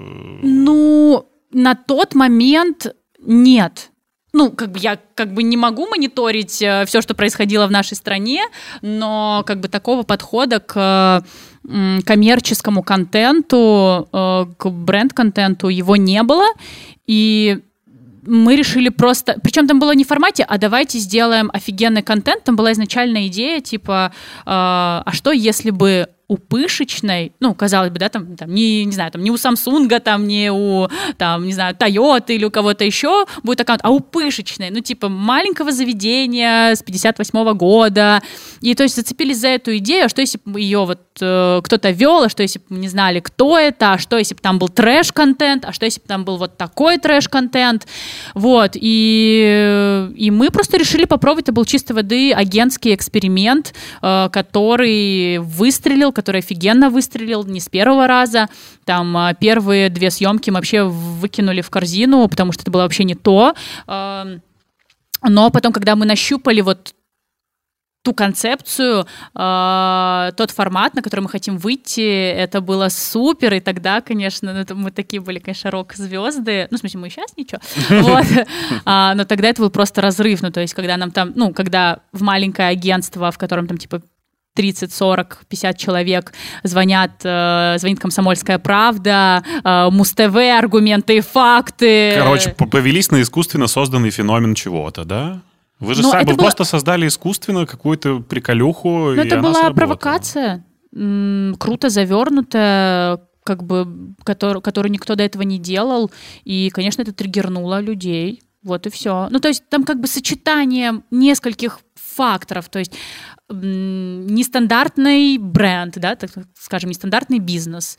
Ну, на тот момент нет. Ну, как бы я не могу мониторить все, что происходило в нашей стране, но как бы такого подхода к коммерческому контенту, к бренд-контенту его не было, и мы решили просто... Причем там было не в формате, а давайте сделаем офигенный контент, там была изначальная идея, типа, а что если бы у Пышечной, ну, казалось бы, да, там не знаю, там не у Samsung, там не у, там, не знаю, Toyota или у кого-то еще будет аккаунт, а у Пышечной, ну, типа, маленького заведения с 58-го года. И, то есть, зацепились за эту идею, а что если бы ее вот кто-то вел, а что если бы мы не знали, кто это, а что если бы там был трэш-контент, а что если бы там был вот такой трэш-контент. Вот, и мы просто решили попробовать, это был чистой воды агентский эксперимент, который выстрелил, который офигенно выстрелил, не с первого раза. Там первые 2 съемки мы вообще выкинули в корзину, потому что это было вообще не то. Но потом, когда мы нащупали вот ту концепцию, тот формат, на который мы хотим выйти, это было супер, и тогда, конечно, мы такие были, конечно, рок-звезды, ну, в смысле, мы и сейчас ничего, вот, но тогда это был просто разрыв, ну, то есть, когда нам там, ну, когда в маленькое агентство, в котором там, типа, 30, 40, 50 человек звонит «Комсомольская правда», Муз-ТВ, «Аргументы и факты». Короче, повелись на искусственно созданный феномен чего-то, да? Вы же сами просто создали искусственно какую-то приколюху, и это она была сработала. Провокация, круто завернутая, как бы, которую никто до этого не делал, и, конечно, это триггернуло людей, вот и все. Ну, то есть там как бы сочетание нескольких факторов, то есть нестандартный бренд, да, так скажем, нестандартный бизнес,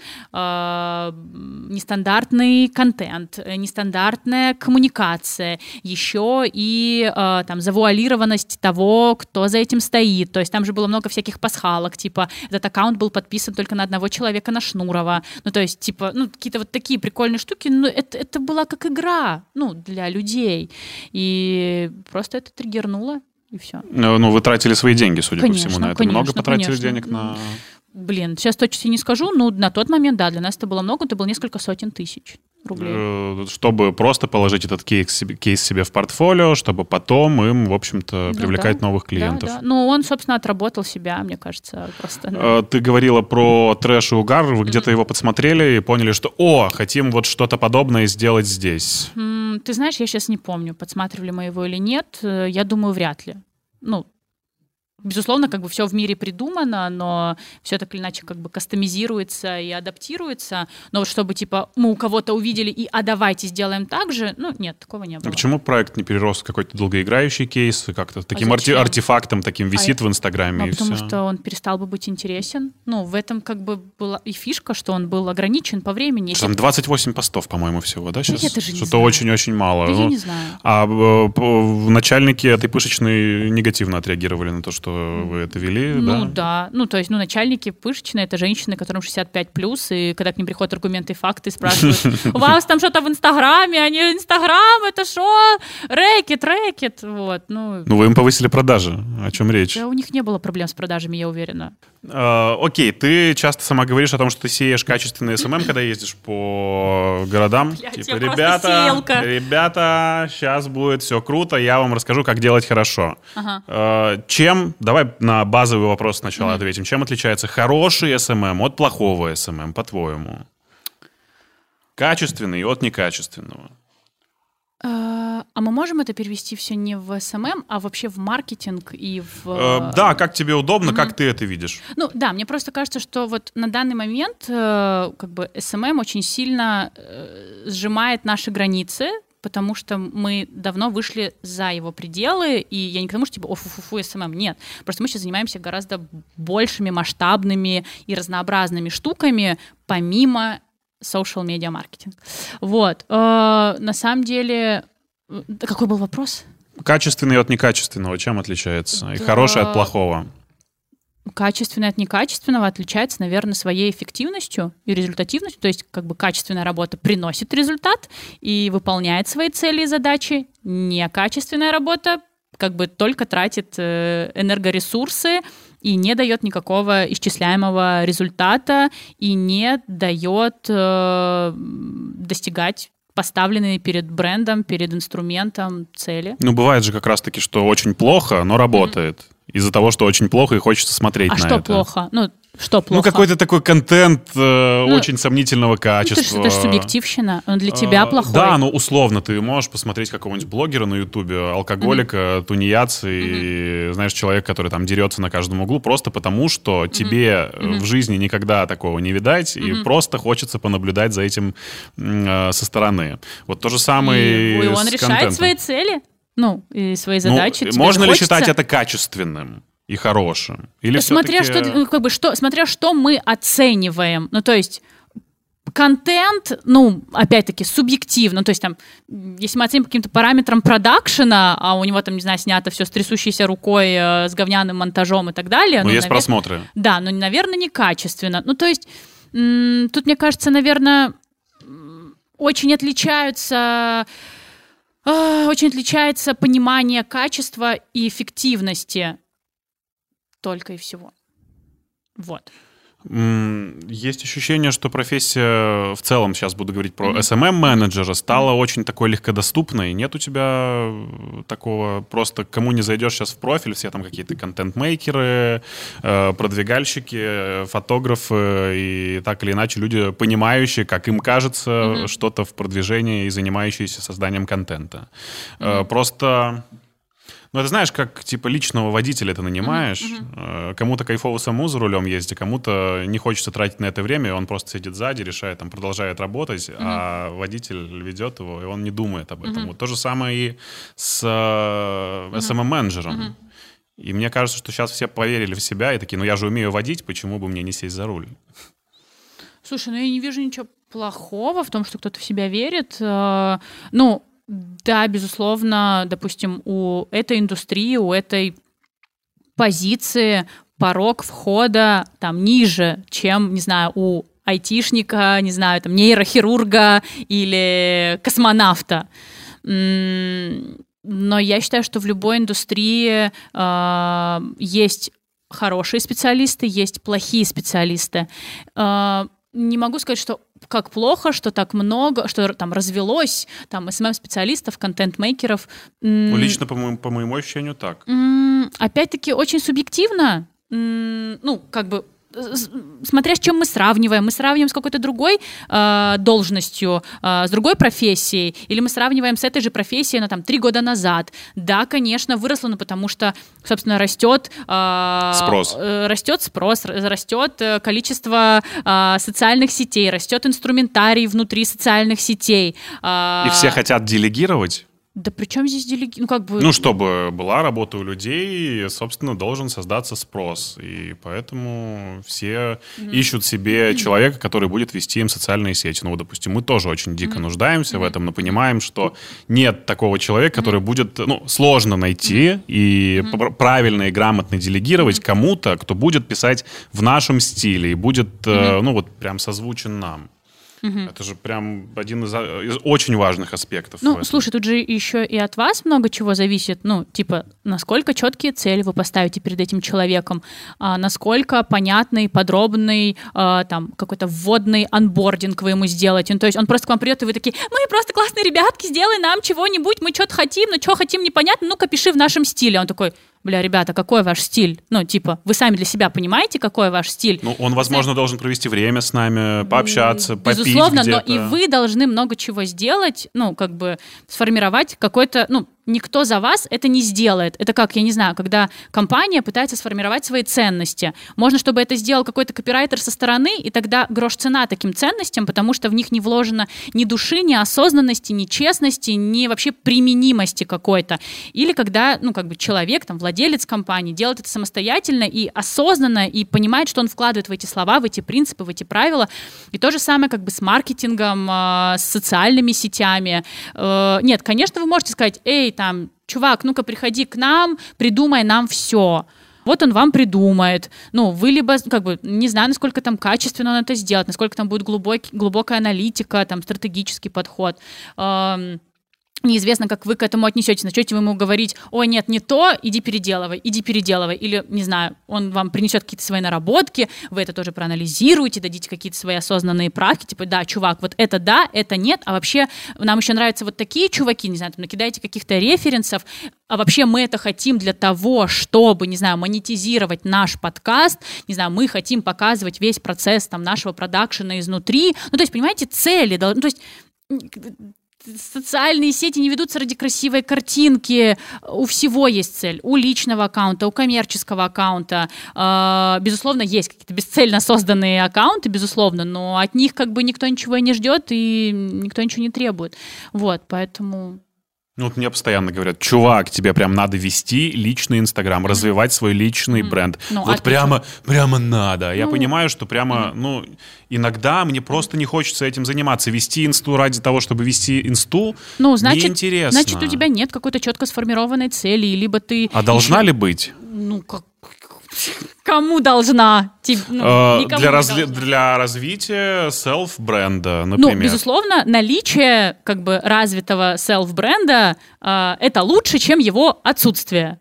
нестандартный контент, нестандартная коммуникация, еще и там завуалированность того, кто за этим стоит. То есть там же было много всяких пасхалок, типа этот аккаунт был подписан только на одного человека, на Шнурова. Ну, то есть, типа, ну, какие-то вот такие прикольные штуки, ну, это была как игра, ну, для людей. И просто это триггернуло. И все. Ну, вы тратили свои деньги, судя по всему, на это. Много потратили денег на... Блин, сейчас точно не скажу, но на тот момент, да, для нас это было много, это было несколько сотен тысяч рублей. Чтобы просто положить этот кейс себе в портфолио, чтобы потом им, в общем-то, привлекать новых клиентов. Да. Ну, он, собственно, отработал себя, мне кажется, просто. Да. Ты говорила про трэш и угар, вы где-то его подсмотрели и поняли, что, хотим вот что-то подобное сделать здесь. Ты знаешь, я сейчас не помню, подсматривали мы его или нет. Я думаю, вряд ли. Ну, безусловно, как бы все в мире придумано, но все так или иначе как бы кастомизируется и адаптируется. Но вот чтобы, типа, мы у кого-то увидели и давайте сделаем так же, ну, нет, такого не было. А почему проект не перерос в какой-то долгоиграющий кейс, как-то таким артефактом таким висит в Инстаграме? Потому что он перестал бы быть интересен. Ну, в этом как бы была и фишка, что он был ограничен по времени. Там 28 постов, по-моему, всего, да, сейчас? Я даже не Что-то очень-очень мало. Я не знаю. А начальники этой пышечной негативно отреагировали на то, что вы это вели, да? Да. Ну, то есть, начальники пышечные — это женщины, которым 65+, и когда к ним приходят аргументы и факты, спрашивают, у вас там что-то в Инстаграме, а не Инстаграм, это что? Рэкет, вот. Ну, вы им повысили продажи, о чем речь? Да, у них не было проблем с продажами, я уверена. Окей, ты часто сама говоришь о том, что ты сеешь качественный СММ, когда ездишь по городам. Типа, ребята, сейчас будет все круто, я вам расскажу, как делать хорошо. Чем, давай на базовый вопрос сначала ответим, чем отличается хороший СММ от плохого СММ, по-твоему? Качественный от некачественного. А мы можем это перевести все не в СММ, а вообще в маркетинг и в... Да, как тебе удобно, как ты это видишь? Ну да, мне просто кажется, что вот на данный момент как бы СММ очень сильно сжимает наши границы, потому что мы давно вышли за его пределы, и я не к тому, что типа фу СММ, нет. Просто мы сейчас занимаемся гораздо большими, масштабными и разнообразными штуками, помимо social media маркетинг. Вот. На самом деле, какой был вопрос? Качественный от некачественного чем отличается? И хороший от плохого? Качественное от некачественного отличается, наверное, своей эффективностью и результативностью. То есть как бы качественная работа приносит результат и выполняет свои цели и задачи. Некачественная работа как бы только тратит энергоресурсы и не дает никакого исчисляемого результата и не дает достигать поставленные перед брендом, перед инструментом цели. Ну, бывает же как раз-таки, что очень плохо, но работает. Из-за того, что очень плохо и хочется смотреть на это. А что плохо? Что плохо? Ну, какой-то такой контент очень сомнительного качества. Это же субъективщина. Он для тебя плохой. Да, но условно ты можешь посмотреть какого-нибудь блогера на Ютубе, алкоголика, тунеядца, и, знаешь, человек, который там дерется на каждом углу, просто потому, что тебе в жизни никогда такого не видать, и просто хочется понаблюдать за этим со стороны. Вот то же самое и он решает свои цели, и свои задачи. Можно ли считать это качественным и хорошим? Или смотря что мы оцениваем. Ну, то есть контент, опять-таки, субъективно. То есть там, если мы оценим по каким-то параметрам продакшена, а у него там, не знаю, снято все с трясущейся рукой, с говняным монтажом и так далее. Есть просмотры. Да, но, наверное, некачественно. Ну, то есть тут, мне кажется, наверное, очень отличаются Очень отличается понимание качества и эффективности. Только и всего. Вот. Есть ощущение, что профессия в целом, сейчас буду говорить про SMM-менеджера, стала очень такой легкодоступной. Нет у тебя такого просто, кому не зайдешь сейчас в профиль, все там какие-то контент-мейкеры, продвигальщики, фотографы и так или иначе люди, понимающие, как им кажется, что-то в продвижении и занимающиеся созданием контента. Просто... Ну, это знаешь, как типа личного водителя ты нанимаешь. Кому-то кайфово самому за рулем ездить, кому-то не хочется тратить на это время, и он просто сидит сзади, решает, там, продолжает работать, а водитель ведет его, и он не думает об этом. Вот то же самое и с SMM-менеджером. И мне кажется, что сейчас все поверили в себя и такие, ну я же умею водить, почему бы мне не сесть за руль? Слушай, ну я не вижу ничего плохого в том, что кто-то в себя верит. Ну, да, безусловно, допустим, у этой индустрии, у этой позиции порог входа там ниже, чем, не знаю, у айтишника, не знаю, там, нейрохирурга или космонавта. Но я считаю, что в любой индустрии есть хорошие специалисты, есть плохие специалисты. Не могу сказать, что как плохо, что так много, что там развелось там SMM-специалистов, контент-мейкеров. Лично, по моему ощущению, так. Опять-таки, очень субъективно. Ну, как бы, смотря с чем мы сравниваем. Мы сравниваем с какой-то другой должностью, с другой профессией, или мы сравниваем с этой же профессией, ну, там, 3 года назад. Да, конечно, выросло, но потому что, собственно, растет спрос, растет количество социальных сетей, растет инструментарий внутри социальных сетей. И все хотят делегировать. Да при чем здесь делегировать? Ну, как бы... Ну, чтобы была работа у людей, собственно, должен создаться спрос. И поэтому все ищут себе человека, который будет вести им социальные сети. Ну, вот, допустим, мы тоже очень дико нуждаемся в этом, но понимаем, что нет такого человека, который будет, ну, сложно найти и правильно и грамотно делегировать кому-то, кто будет писать в нашем стиле и будет, ну, вот прям созвучен нам. Это же прям один из очень важных аспектов. Ну, слушай, тут же еще и от вас много чего зависит. Ну, типа, насколько четкие цели вы поставите перед этим человеком, насколько понятный, подробный, там, какой-то вводный анбординг вы ему сделаете. Ну, то есть он просто к вам придет, и вы такие, мы просто классные ребятки, сделай нам чего-нибудь, мы что-то хотим, но что хотим непонятно, ну-ка пиши в нашем стиле. Он такой... Бля, ребята, какой ваш стиль? Ну, типа, вы сами для себя понимаете, какой ваш стиль? Ну, он, возможно, должен провести время с нами, пообщаться, попить где-то. Безусловно, но и вы должны много чего сделать, ну, как бы сформировать какой-то, ну, никто за вас это не сделает. Это как, я не знаю, когда компания пытается сформировать свои ценности. Можно, чтобы это сделал какой-то копирайтер со стороны, и тогда грош цена таким ценностям, потому что в них не вложено ни души, ни осознанности, ни честности, ни вообще применимости какой-то. Или когда, ну, как бы человек, там, владелец компании делает это самостоятельно и осознанно, и понимает, что он вкладывает в эти слова, в эти принципы, в эти правила. И то же самое как бы с маркетингом, с социальными сетями. Нет, конечно, вы можете сказать, эй, там, чувак, ну-ка приходи к нам, придумай нам все. Вот он вам придумает. Ну, вы либо, как бы, не знаю, насколько там качественно он это сделает, насколько там будет глубокая аналитика, там, стратегический подход. Неизвестно, как вы к этому отнесетесь. Начнете вы ему говорить, ой, нет, не то, иди переделывай. Или, не знаю, он вам принесет какие-то свои наработки, вы это тоже проанализируете, дадите какие-то свои осознанные правки, типа, да, чувак, вот это да, это нет, а вообще нам еще нравятся вот такие чуваки, не знаю, там, накидайте каких-то референсов, а вообще мы это хотим для того, чтобы, не знаю, монетизировать наш подкаст, не знаю, мы хотим показывать весь процесс там нашего продакшена изнутри. Ну, то есть, понимаете, цели, ну, то есть... Социальные сети не ведутся ради красивой картинки. У всего есть цель. У личного аккаунта, у коммерческого аккаунта. Безусловно, есть какие-то бесцельно созданные аккаунты, безусловно, но от них как бы никто ничего и не ждет, и никто ничего не требует. Вот, поэтому... Ну, вот мне постоянно говорят, чувак, тебе прям надо вести личный Инстаграм, развивать свой личный бренд. Ну, вот прямо надо. Я понимаю, что прямо, ну, иногда мне просто не хочется этим заниматься. Вести инсту ради того, чтобы вести инсту, неинтересно. Значит, у тебя нет какой-то четко сформированной цели, либо ты... А должна ли быть? Ну, как... Кому должна? Для развития селф-бренда, например. Ну, безусловно, наличие как бы развитого селф-бренда это лучше, чем его отсутствие.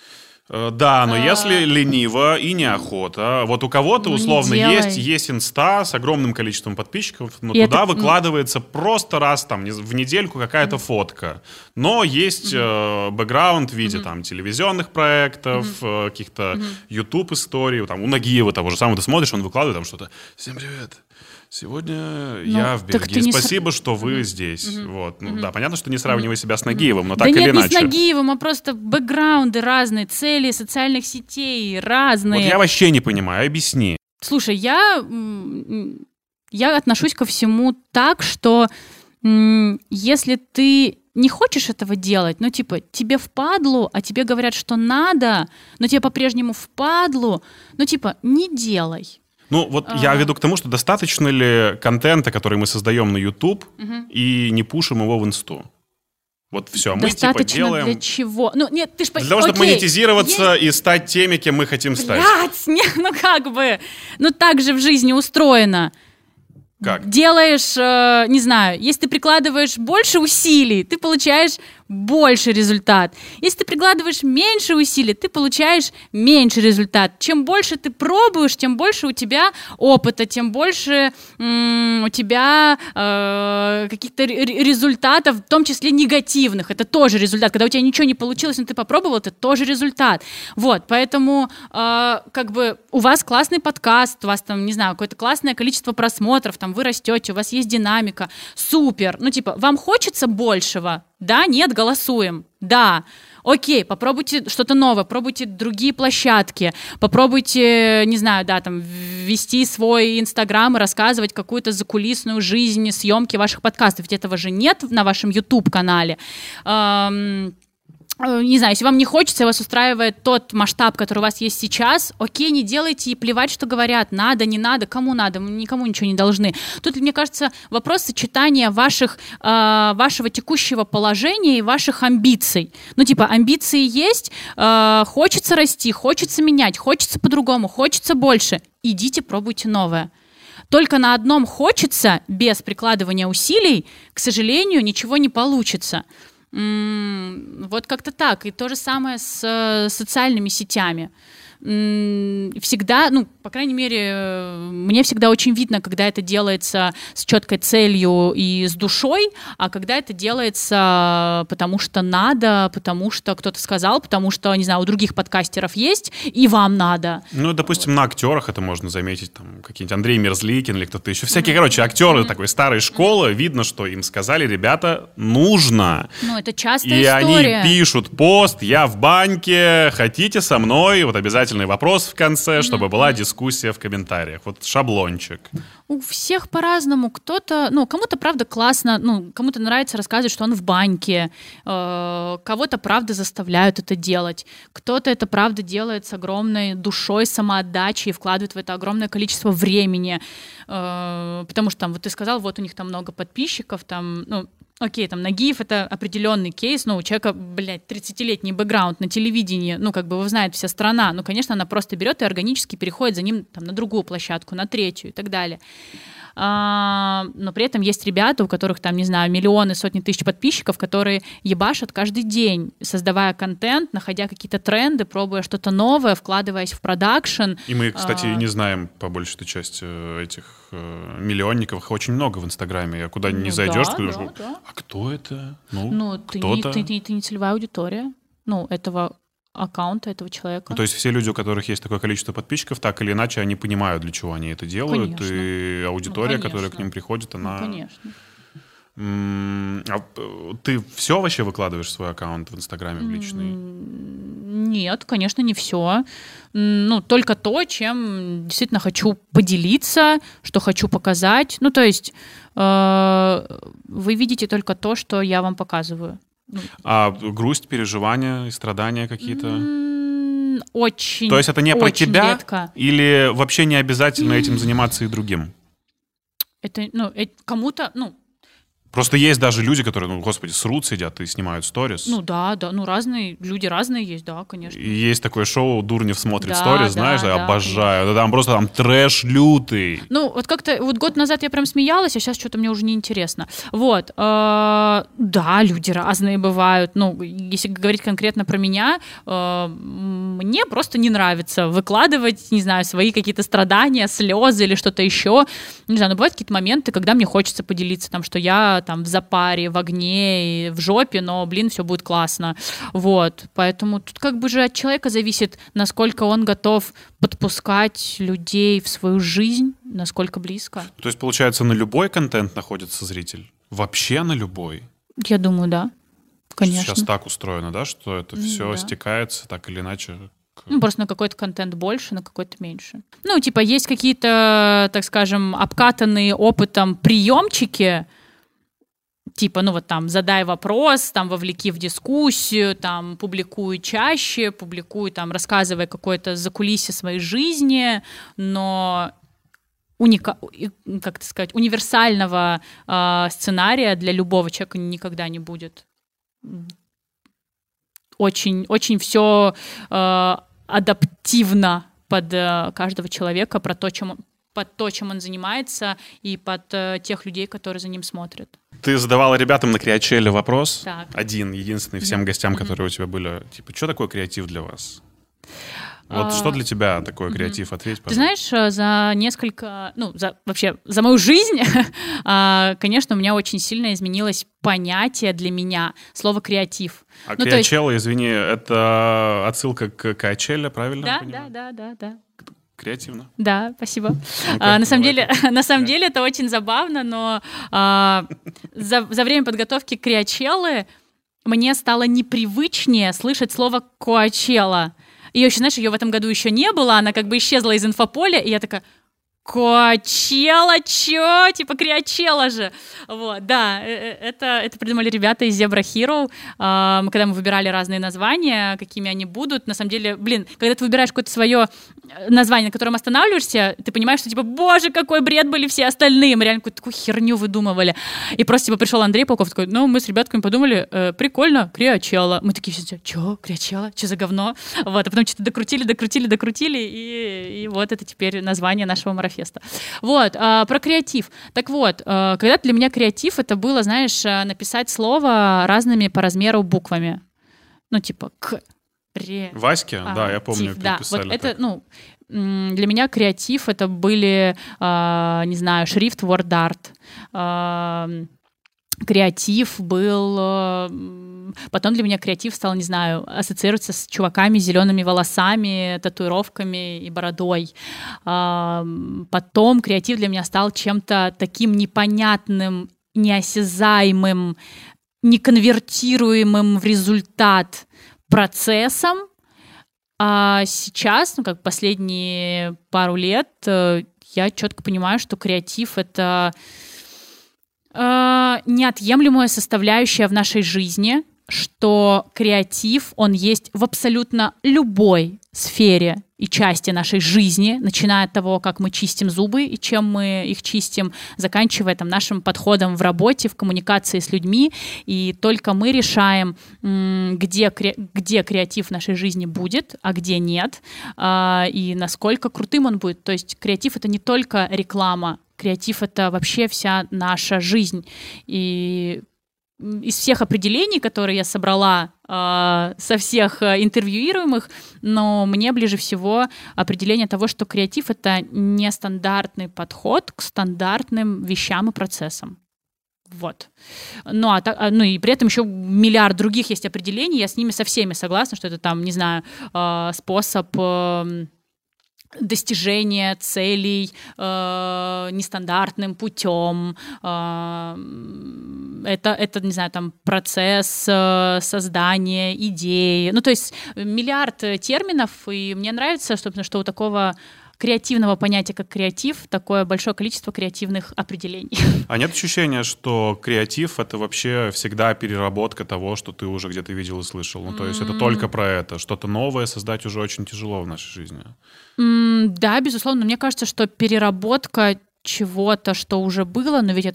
Да, но если лениво и неохота, вот у кого-то условно есть инста с огромным количеством подписчиков, но и туда выкладывается просто раз там в недельку какая-то фотка, но есть бэкграунд в виде там телевизионных проектов, каких-то YouTube историй, там у Нагиева того же самого ты смотришь, он выкладывает там что-то. Всем привет. Сегодня я в Бельгии. Спасибо, что вы здесь. Вот. Ну, да, понятно, что не сравнивай себя с Нагиевым, но так или иначе. Да нет, не с Нагиевым, а просто бэкграунды разные, цели социальных сетей разные. Вот я вообще не понимаю, объясни. Слушай, я отношусь ко всему так, что если ты не хочешь этого делать, ну, типа, тебе впадлу, а тебе говорят, что надо, но тебе по-прежнему впадлу, ну, типа, не делай. Ну, вот я веду к тому, что достаточно ли контента, который мы создаем на YouTube, и не пушим его в инсту? Вот все, мы типа делаем... для чего? Ну, нет, ты ж... Для того, чтобы монетизироваться и стать теми, кем мы хотим стать. Блядь, ну как бы... Ну, так же в жизни устроено. Как? Делаешь, не знаю, если ты прикладываешь больше усилий, ты получаешь больше результат. Если ты прикладываешь меньше усилий, ты получаешь меньше результат. Чем больше ты пробуешь, тем больше у тебя опыта, тем больше у тебя каких-то результатов, в том числе негативных. Это тоже результат. Когда у тебя ничего не получилось, но ты попробовал, это тоже результат. Вот, поэтому как бы у вас классный подкаст, у вас там, не знаю, какое-то классное количество просмотров, там вы растете, у вас есть динамика. Супер. Ну, типа, вам хочется большего? Да, нет, голосуем. Да. Окей, попробуйте что-то новое, пробуйте другие площадки, попробуйте, не знаю, да, там, вести свой Инстаграм и рассказывать какую-то закулисную жизнь, съемки ваших подкастов. Ведь этого же нет на вашем YouTube-канале. Не знаю, если вам не хочется, вас устраивает тот масштаб, который у вас есть сейчас, окей, не делайте и плевать, что говорят, надо, не надо, кому надо, мы никому ничего не должны. Тут, мне кажется, вопрос сочетания вашего текущего положения и ваших амбиций. Ну, типа, амбиции есть, хочется расти, хочется менять, хочется по-другому, хочется больше. Идите, пробуйте новое. Только на одном хочется, без прикладывания усилий, к сожалению, ничего не получится. Вот как-то так. И то же самое с социальными сетями. Всегда, ну, по крайней мере, мне всегда очень видно, когда это делается с четкой целью и с душой, а когда это делается потому что надо, потому что кто-то сказал, потому что, не знаю, у других подкастеров есть, и вам надо. Ну, допустим, вот. На актерах это можно заметить, там, какие-нибудь Андрей Мерзликин или кто-то еще. Всякие, короче, актеры такой старой школы, видно, что им сказали, ребята, нужно. Ну, это частая и история. Они пишут пост, я в банке, хотите со мной? Вот обязательный вопрос в конце, чтобы была дискуссия в комментариях. Вот шаблончик. У всех по-разному. Кто-то, ну, кому-то, правда, классно, ну, кому-то нравится рассказывать, что он в баньке, кого-то, правда, заставляют это делать. Кто-то это, правда, делает с огромной душой, самоотдачей и вкладывает в это огромное количество времени. Потому что, там, вот ты сказал, вот у них там много подписчиков, там, ну, окей, там, Нагиев — это определенный кейс, но у человека, 30-летний бэкграунд на телевидении, ну, как бы его знает вся страна, ну, конечно, она просто берет и органически переходит за ним там на другую площадку, на третью и так далее. Но при этом есть ребята, у которых там, не знаю, миллионы, сотни тысяч подписчиков, которые ебашат каждый день, создавая контент, находя какие-то тренды, пробуя что-то новое, вкладываясь в продакшн. И мы, кстати, не знаем по большей части этих миллионников, их очень много в Инстаграме. А куда не зайдешь, ты думаешь, а кто это? Ну, ты не целевая аудитория, ну, этого аккаунта этого человека. Ну, то есть все люди, у которых есть такое количество подписчиков, так или иначе, они понимают, для чего они это делают, конечно. И аудитория, которая к ним приходит, она... конечно. А ты все вообще выкладываешь в свой аккаунт в Инстаграме в личный? Нет, конечно, не все. Ну, только то, чем действительно хочу поделиться, что хочу показать. Ну, то есть вы видите только то, что я вам показываю. А грусть, переживания, страдания какие-то? Очень. То есть это не про тебя? Редко. Или вообще не обязательно этим заниматься и другим? Это, кому-то, Просто есть даже люди, которые, ну, господи, срут, сидят и снимают сторис. Ну да, ну разные, люди разные есть, да, конечно. И есть такое шоу «Дурнев смотрит сторис», знаешь, я обожаю. Да, там просто там трэш лютый. Ну, вот как-то, вот год назад я прям смеялась, а сейчас что-то мне уже не интересно. Вот, да, люди разные бывают. Ну, если говорить конкретно про меня, мне просто не нравится выкладывать, не знаю, свои какие-то страдания, слезы или что-то еще. Не знаю, но бывают какие-то моменты, когда мне хочется поделиться, там, что я там в запаре, в огне и в жопе, но, блин, все будет классно. Вот, поэтому тут как бы же от человека зависит, насколько он готов подпускать людей в свою жизнь, насколько близко. То есть, получается, на любой контент находится зритель? Вообще на любой? Я думаю, да. Конечно. Сейчас так устроено, да, что это все стекается так или иначе? Ну, просто на какой-то контент больше, на какой-то меньше. Ну, типа, есть какие-то, так скажем, обкатанные опытом приемчики, типа, ну вот там, задай вопрос, там, вовлеки в дискуссию, там, публикуй чаще, публикуй, там, рассказывай какое-то закулисье своей жизни, но как это сказать, универсального сценария для любого человека никогда не будет. Очень, очень все адаптивно под каждого человека, под то, чем он занимается, и под тех людей, которые за ним смотрят. Ты задавала ребятам на Криачелле вопрос, так. один, единственный, всем гостям, которые у тебя были, типа, что такое креатив для вас? Вот что для тебя такое креатив? Ответь, пожалуйста. Ты знаешь, за несколько... Ну, вообще, за мою жизнь, конечно, у меня очень сильно изменилось понятие для меня слова «креатив». А ну, Криачелло, извини, это отсылка к Качелле, правильно? Да. Креативно. Да, спасибо. На самом деле это очень забавно, но за время подготовки к Криачеллы мне стало непривычнее слышать слово «коачелла». Ее еще, знаешь, ее в этом году еще не было, она как бы исчезла из инфополя, и я такая: Коачелла, чё? Типа Криачелла же. Вот, да, это придумали ребята из Zebra Hero. Когда мы выбирали разные названия, какими они будут, на самом деле, блин, когда ты выбираешь какое-то свое название, на котором останавливаешься, ты понимаешь, что типа, боже, какой бред были все остальные. Мы реально какую-то такую херню выдумывали. И просто типа пришел Андрей Полков, такой: ну, мы с ребятками подумали, прикольно, Криачелла. Мы такие все: чё, Криачелла? Чё за говно? Вот, а потом что-то докрутили, и вот это теперь название нашего марафона. Вот, про креатив. Так вот, когда для меня креатив, это было, знаешь, написать слово разными по размеру буквами. Ну, типа к, ре. Ваське? Да, я помню, да, писали. Вот это, ну, для меня креатив это были, не знаю, шрифт word art. Креатив был... Потом для меня креатив стал, не знаю, ассоциироваться с чуваками с зелеными волосами, татуировками и бородой. Потом креатив для меня стал чем-то таким непонятным, неосязаемым, неконвертируемым в результат процессом. А сейчас, ну, как последние пару лет, я четко понимаю, что креатив — это неотъемлемая составляющая в нашей жизни, что креатив, он есть в абсолютно любой сфере и части нашей жизни, начиная от того, как мы чистим зубы и чем мы их чистим, заканчивая там нашим подходом в работе, в коммуникации с людьми. И только мы решаем, где креатив в нашей жизни будет, а где нет, и насколько крутым он будет. То есть креатив — это не только реклама, креатив — это вообще вся наша жизнь. И из всех определений, которые я собрала со всех интервьюируемых, но мне ближе всего определение того, что креатив — это нестандартный подход к стандартным вещам и процессам. Вот. Ну и при этом еще миллиард других есть определений, я с ними со всеми согласна, что это там, не знаю, способ достижения целей нестандартным путем. Это, не знаю, там, процесс создания идеи. Ну, то есть миллиард терминов, и мне нравится, собственно, что у такого креативного понятия, как креатив, такое большое количество креативных определений. А нет ощущения, что креатив — это вообще всегда переработка того, что ты уже где-то видел и слышал? Ну, то есть это только про это. Что-то новое создать уже очень тяжело в нашей жизни. Да, безусловно. Мне кажется, что переработка чего-то, что уже было, но ведь это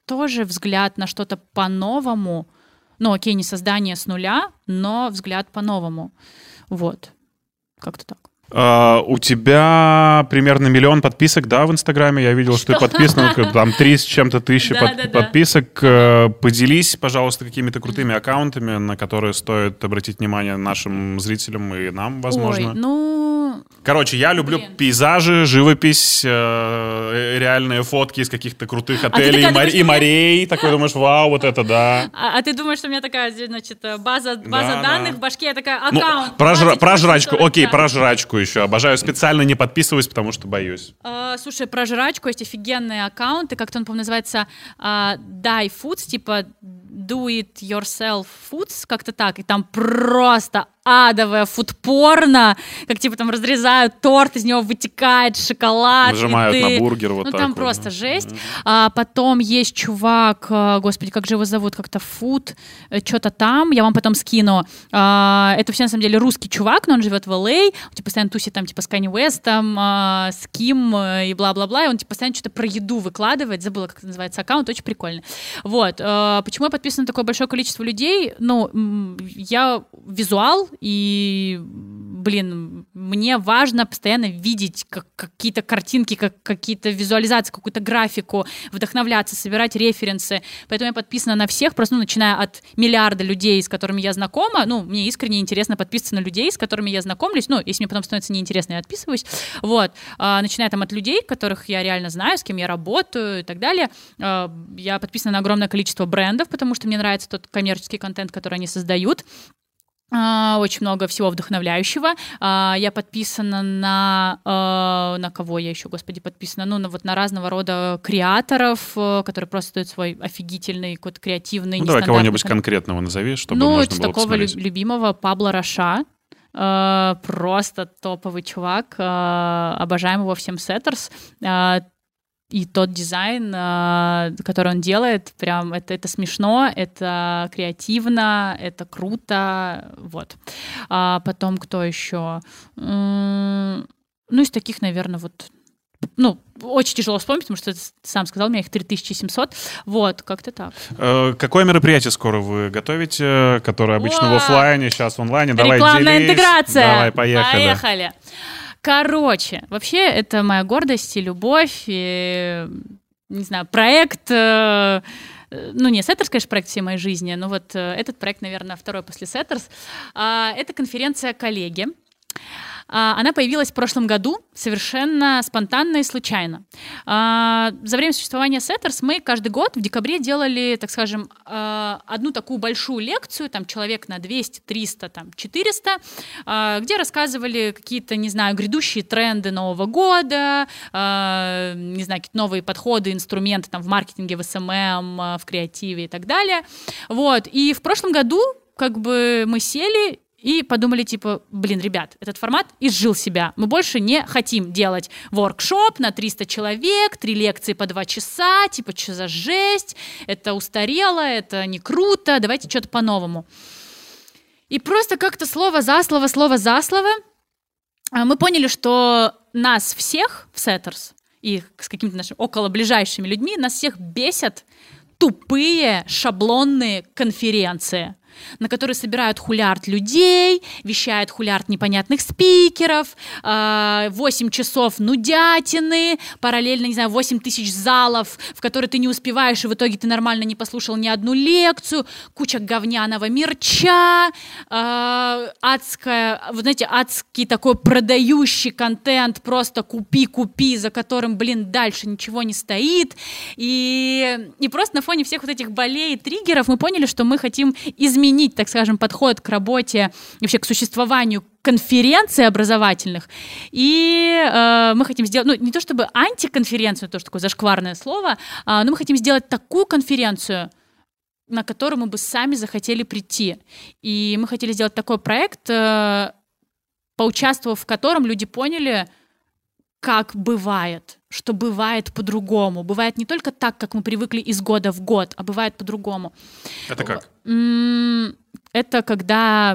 тоже взгляд на что-то по-новому. Ну, окей, не создание с нуля, но взгляд по-новому. Вот. Как-то так. У тебя примерно 1 миллион подписок, да, в Инстаграме? Я видел, что ты подписан, там 3 с чем-то тысячи подписок. Поделись, пожалуйста, какими-то крутыми аккаунтами, на которые стоит обратить внимание нашим зрителям и нам, возможно. Короче, я люблю пейзажи, живопись, реальные фотки из каких-то крутых отелей и морей. Такой думаешь, вау, вот это да. А ты думаешь, что у меня такая, значит, база данных в башке, такая аккаунт. Про жрачку, окей, про жрачку еще обожаю. Специально не подписываюсь, потому что боюсь. Слушай, про жрачку есть офигенные аккаунты, как-то он, по-моему, называется Die Foods, типа Do It Yourself Foods, как-то так, и там просто адовое фудпорно, как типа там разрезают торт, из него вытекает шоколад. Нажимают на бургер вот так. Ну там просто жесть. Потом есть чувак, господи, как же его зовут, как-то Фуд, что-то там, я вам потом скину. Это все на самом деле русский чувак, но он живет в Л.А., он типа постоянно тусит там типа с Канье Уэстом, с Ким и бла-бла-бла, и он типа постоянно что-то про еду выкладывает, забыла, как это называется аккаунт, очень прикольно. Вот. Почему я подписана на такое большое количество людей? Ну, я визуал, и, блин, мне важно постоянно видеть какие-то картинки, какие-то визуализации, какую-то графику, вдохновляться, собирать референсы. Поэтому я подписана на всех, просто начиная от миллиарда людей, с которыми я знакома. Ну, мне искренне интересно подписываться на людей, с которыми я знакомлюсь. Ну, если мне потом становится неинтересно, я отписываюсь. Вот. Начиная там от людей, которых я реально знаю, с кем я работаю и так далее. Я подписана на огромное количество брендов, потому что мне нравится тот коммерческий контент, который они создают. Очень много всего вдохновляющего. Я подписана на кого я еще, господи, подписана? Ну, на разного рода креаторов, которые просто дают свой офигительный, какой-то креативный, давай кого-нибудь конкретного назови, чтобы можно было посмотреть. Ну, такого любимого Пабло Роша. Просто топовый чувак. Обожаем его всем Setters. И тот дизайн, который он делает, прям это смешно, это креативно, это круто, вот. Потом кто еще? Ну, из таких, наверное, вот... Ну, очень тяжело вспомнить, потому что ты сам сказал, у меня их 3700. Вот, как-то так. Какое мероприятие скоро вы готовите, которое обычно в офлайне, сейчас в онлайне? Давай, рекламная интеграция! Давай, поехали. Короче, вообще это моя гордость и любовь, и, не знаю, проект, ну не Setters, конечно, проект всей моей жизни, но вот этот проект, наверное, второй после Setters. Это конференция «Коллеги». Она появилась в прошлом году совершенно спонтанно и случайно. За время существования Setters мы каждый год в декабре делали, так скажем, одну такую большую лекцию, там человек на 200, 300, там 400, где рассказывали какие-то, не знаю, грядущие тренды Нового года, не знаю, какие-то новые подходы, инструменты там в маркетинге, в СММ, в креативе и так далее. Вот. И в прошлом году как бы мы сели и подумали, типа, блин, ребят, этот формат изжил себя. Мы больше не хотим делать воркшоп на 300 человек, 3 лекции по 2 часа, типа, что за жесть, это устарело, это не круто, давайте что-то по-новому. И просто как-то слово за слово мы поняли, что нас всех в Setters и с какими-то нашими около ближайшими людьми, нас всех бесят тупые шаблонные конференции, на которые собирают хулиард людей, вещают хулиард непонятных спикеров, 8 часов нудятины, параллельно, не знаю, 8 тысяч залов, в которые ты не успеваешь, и в итоге ты нормально не послушал ни одну лекцию, куча говняного мерча, адская, вот знаете, адский такой продающий контент, просто купи, за которым, блин, дальше ничего не стоит. И просто на фоне всех вот этих болей и триггеров мы поняли, что мы хотим изменить, так скажем, подход к работе, вообще к существованию конференций образовательных. И мы хотим сделать, ну, не то чтобы антиконференцию, тоже такое зашкварное слово, но мы хотим сделать такую конференцию, на которую мы бы сами захотели прийти. И мы хотели сделать такой проект, поучаствовав в котором люди поняли, как бывает, что бывает по-другому. Бывает не только так, как мы привыкли из года в год, а бывает по-другому. Это как? Это когда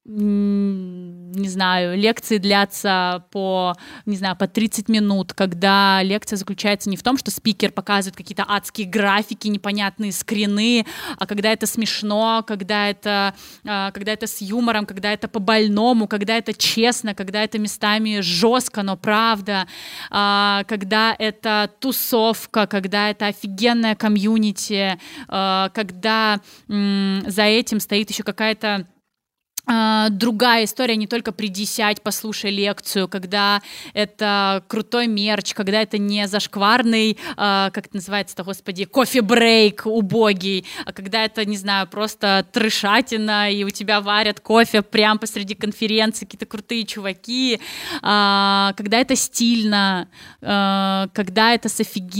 не знаю, лекции длятся по 30 минут, когда лекция заключается не в том, что спикер показывает какие-то адские графики, непонятные скрины, а когда это смешно, когда это с юмором, когда это по-больному, когда это честно, когда это местами жестко, но правда, когда это тусовка, когда это офигенная комьюнити, когда за этим стоит еще какая-то другая история, не только приди, сядь, послушай лекцию, когда это крутой мерч, когда это не зашкварный, как это называется-то, господи, кофе-брейк убогий, а когда это, не знаю, просто трешатина, и у тебя варят кофе прямо посреди конференции, какие-то крутые чуваки, когда это стильно, когда это с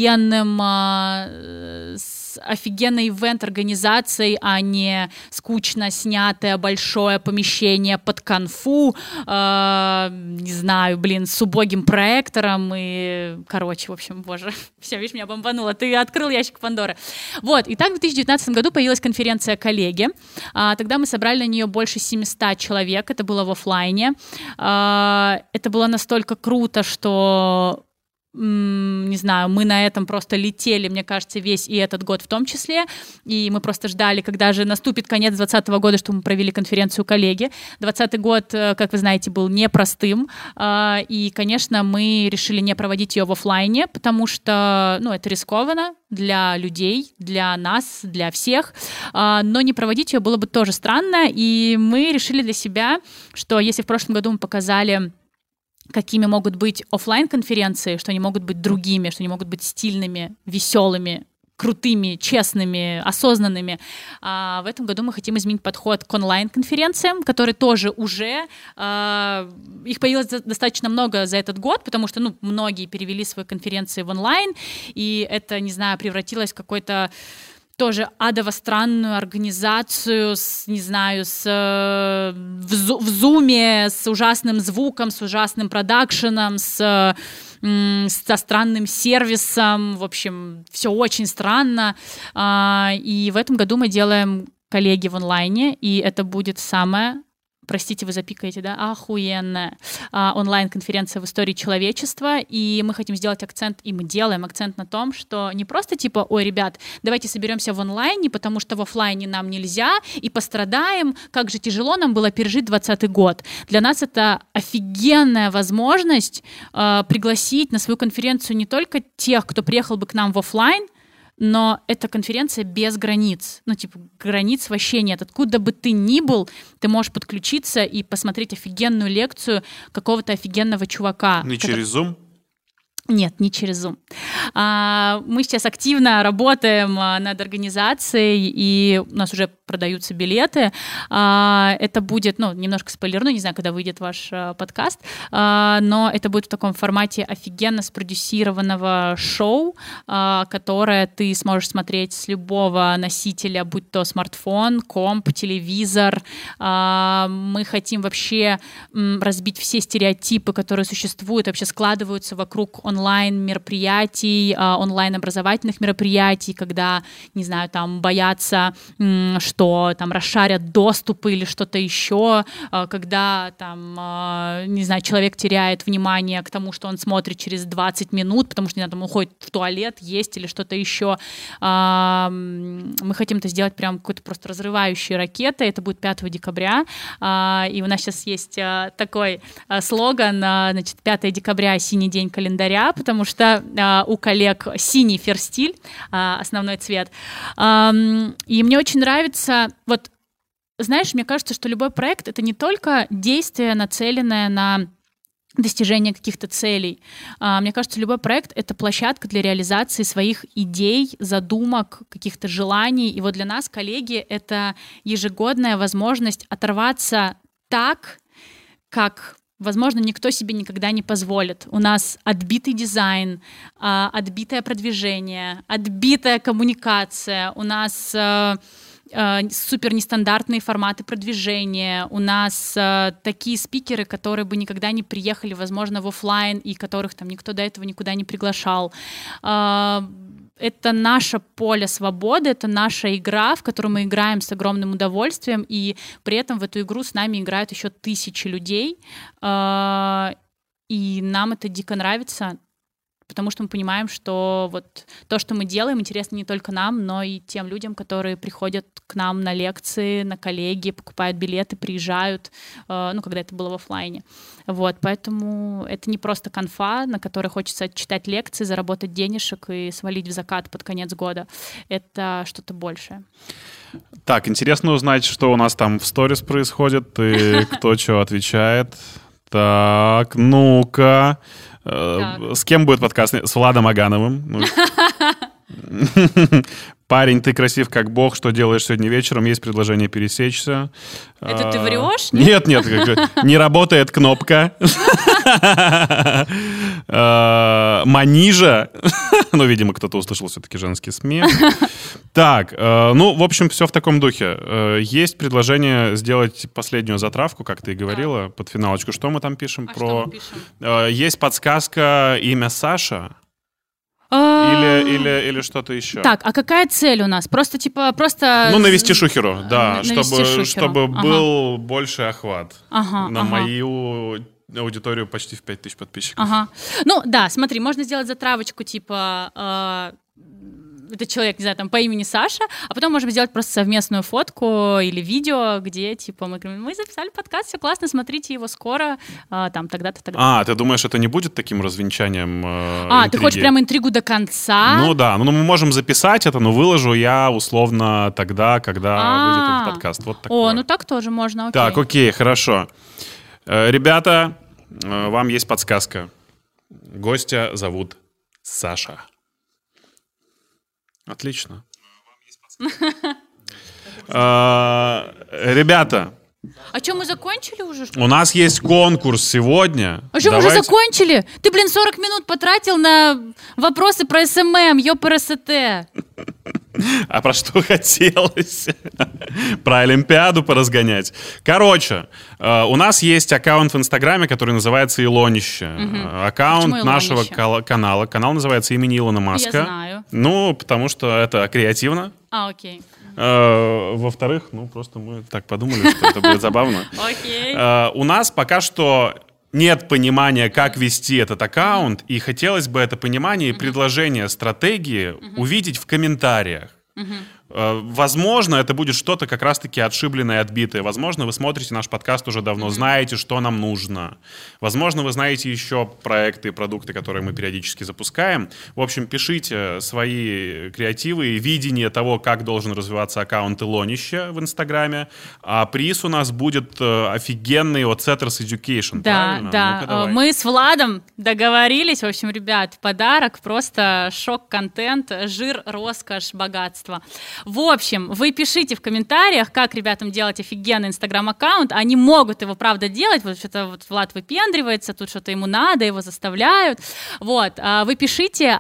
офигенной ивент-организацией, а не скучно снятое большое помещение под конфу, не знаю, с убогим проектором и, в общем, боже, все, видишь, меня бомбануло, ты открыл ящик Пандоры. Вот, и так в 2019 году появилась конференция «Коллеги», тогда мы собрали на нее больше 700 человек, это было в офлайне, это было настолько круто, что не знаю, мы на этом просто летели, мне кажется, весь и этот год в том числе, и мы просто ждали, когда же наступит конец 2020 года, чтобы мы провели конференцию «Коллеги». 2020 год, как вы знаете, был непростым, и, конечно, мы решили не проводить ее в офлайне, потому что, это рискованно для людей, для нас, для всех, но не проводить ее было бы тоже странно, и мы решили для себя, что если в прошлом году мы показали, какими могут быть офлайн-конференции, что они могут быть другими, что они могут быть стильными, веселыми, крутыми, честными, осознанными. В этом году мы хотим изменить подход к онлайн-конференциям, которые тоже уже... Их появилось достаточно много за этот год, потому что, многие перевели свои конференции в онлайн, и это, не знаю, превратилось в какой-то тоже адово странную организацию, в зуме, с ужасным звуком, с ужасным продакшеном, со странным сервисом, в общем, все очень странно. И в этом году мы делаем «Коллеги» в онлайне, и это будет самое... Простите, вы запикаете, да? Охуенная онлайн-конференция в истории человечества, и мы хотим сделать акцент, и мы делаем акцент на том, что не просто типа, ой, ребят, давайте соберемся в онлайне, потому что в офлайне нам нельзя, и пострадаем, как же тяжело нам было пережить 2020 год. Для нас это офигенная возможность пригласить на свою конференцию не только тех, кто приехал бы к нам в офлайн, но это конференция без границ. Границ вообще нет. Откуда бы ты ни был, ты можешь подключиться и посмотреть офигенную лекцию какого-то офигенного чувака. Не через Zoom? Нет, не через Zoom. Мы сейчас активно работаем над организацией, и у нас уже продаются билеты. Это будет, немножко спойлерну, не знаю, когда выйдет ваш подкаст, но это будет в таком формате офигенно спродюсированного шоу, которое ты сможешь смотреть с любого носителя, будь то смартфон, комп, телевизор. Мы хотим вообще разбить все стереотипы, которые существуют, вообще складываются вокруг онлайн-мероприятий, онлайн-образовательных мероприятий, когда, не знаю, там боятся, что там расшарят доступы или что-то еще, когда там, не знаю, человек теряет внимание к тому, что он смотрит через 20 минут, потому что, не знаю, там уходит в туалет, есть или что-то еще. Мы хотим это сделать прям какой-то просто разрывающей ракетой. Это будет 5 декабря. И у нас сейчас есть такой слоган, значит, 5 декабря — синий день календаря, потому что у коллег синий ферстиль, основной цвет. И мне очень нравится, вот, знаешь, мне кажется, что любой проект — это не только действие, нацеленное на достижение каких-то целей. Мне кажется, любой проект — это площадка для реализации своих идей, задумок, каких-то желаний. И вот для нас, коллеги, это ежегодная возможность оторваться так, как, возможно, никто себе никогда не позволит. У нас отбитый дизайн, отбитое продвижение, отбитая коммуникация. У нас супер нестандартные форматы продвижения. У нас такие спикеры, которые бы никогда не приехали, возможно, в офлайн, и которых там никто до этого никуда не приглашал. это наше поле свободы, это наша игра, в которую мы играем с огромным удовольствием, и при этом в эту игру с нами играют еще тысячи людей, и нам это дико нравится, потому что мы понимаем, что вот то, что мы делаем, интересно не только нам, но и тем людям, которые приходят к нам на лекции, на коллеги, покупают билеты, приезжают, когда это было в офлайне. Вот, поэтому это не просто конфа, на которой хочется читать лекции, заработать денежек и свалить в закат под конец года. Это что-то большее. Так, интересно узнать, что у нас там в сторис происходит и кто что отвечает. Так, ну-ка. С кем будет подкаст? С Владом Агановым. Парень, ты красив как бог, что делаешь сегодня вечером? Есть предложение пересечься. Это ты врешь? Нет, не работает кнопка. Манижа. Ну, видимо, кто-то услышал все-таки женский смех. Так, в общем, все в таком духе. Есть предложение сделать последнюю затравку, как ты и говорила, под финалочку. Что мы там пишем? Что мы пишем? Есть подсказка имя Саша? Или что-то еще? Так, а какая цель у нас? Просто... навести шухеру, да, чтобы был больше охват на мою аудиторию почти в 5000 подписчиков. Ага. Ну, да, смотри, можно сделать затравочку, типа... это человек, не знаю, там, по имени Саша, а потом можем сделать просто совместную фотку или видео, где, типа, мы говорим, мы записали подкаст, все классно, смотрите его скоро, там, тогда-то, тогда-то. Ты думаешь, это не будет таким развенчанием интриги? Ты хочешь прям интригу до конца? Ну да, мы можем записать это, но выложу я условно тогда, когда выйдет этот подкаст. Вот такое. Ну так тоже можно, окей. Так, окей, хорошо. Ребята, вам есть подсказка. Гостя зовут Саша. Отлично. Ребята. А что, мы закончили уже? У нас есть конкурс сегодня. А что, мы уже закончили? Ты, 40 минут потратил на вопросы про СММ, ЕПРСТ. А про что хотелось? Про Олимпиаду поразгонять. Короче, у нас есть аккаунт в Инстаграме, который называется Илонище. Аккаунт нашего канала. Канал называется имени Илона Маска. Я знаю. Потому что это креативно. Окей. Во-вторых, просто мы так подумали, что это будет забавно. Окей. У нас пока что нет понимания, как вести этот аккаунт, и хотелось бы это понимание и предложение стратегии увидеть в комментариях. Возможно, это будет что-то как раз-таки отшибленное и отбитое. Возможно, вы смотрите наш подкаст уже давно, знаете, что нам нужно. Возможно, вы знаете еще проекты и продукты, которые мы периодически запускаем. В общем, пишите свои креативы и видение того, как должен развиваться аккаунт Илонище в Инстаграме. А приз у нас будет офигенный от Setters Education. Да, правильно? Да. Мы с Владом договорились. В общем, ребят, подарок просто шок-контент, жир, роскошь, богатство. В общем, вы пишите в комментариях, как ребятам делать офигенный инстаграм-аккаунт. Они могут его, правда, делать. Вот что-то Влад выпендривается, тут что-то ему надо, его заставляют. Вот. Вы пишите,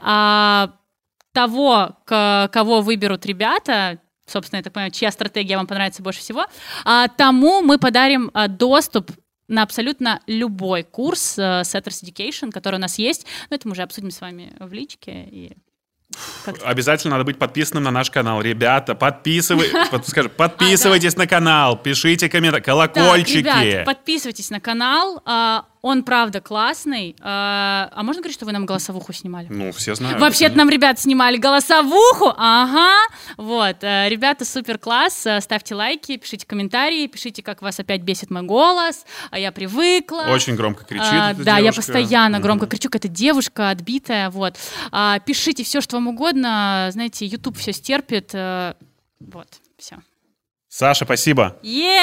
того, кого выберут ребята, собственно, я так понимаю, чья стратегия вам понравится больше всего, тому мы подарим доступ на абсолютно любой курс Setters Education, который у нас есть. Но это мы уже обсудим с вами в личке и... Обязательно надо быть подписанным на наш канал. Ребята, подписывайтесь на канал, пишите комментарии, колокольчики. Так, ребят, подписывайтесь на канал. Он, правда, классный. А можно говорить, что вы нам голосовуху снимали? Ну, все знают. Вообще-то нам ребята снимали голосовуху. Ага. Вот. Ребята, супер класс. Ставьте лайки, пишите комментарии, пишите, как вас опять бесит мой голос. Я привыкла. Очень громко кричит эта да, девушка. Я постоянно громко кричу, какая-то девушка отбитая. Вот. Пишите все, что вам угодно. Знаете, YouTube все стерпит. Вот, все. Саша, спасибо.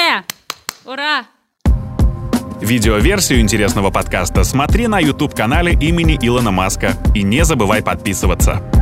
Ура! Видеоверсию интересного подкаста смотри на YouTube-канале имени Илона Маска. И не забывай подписываться.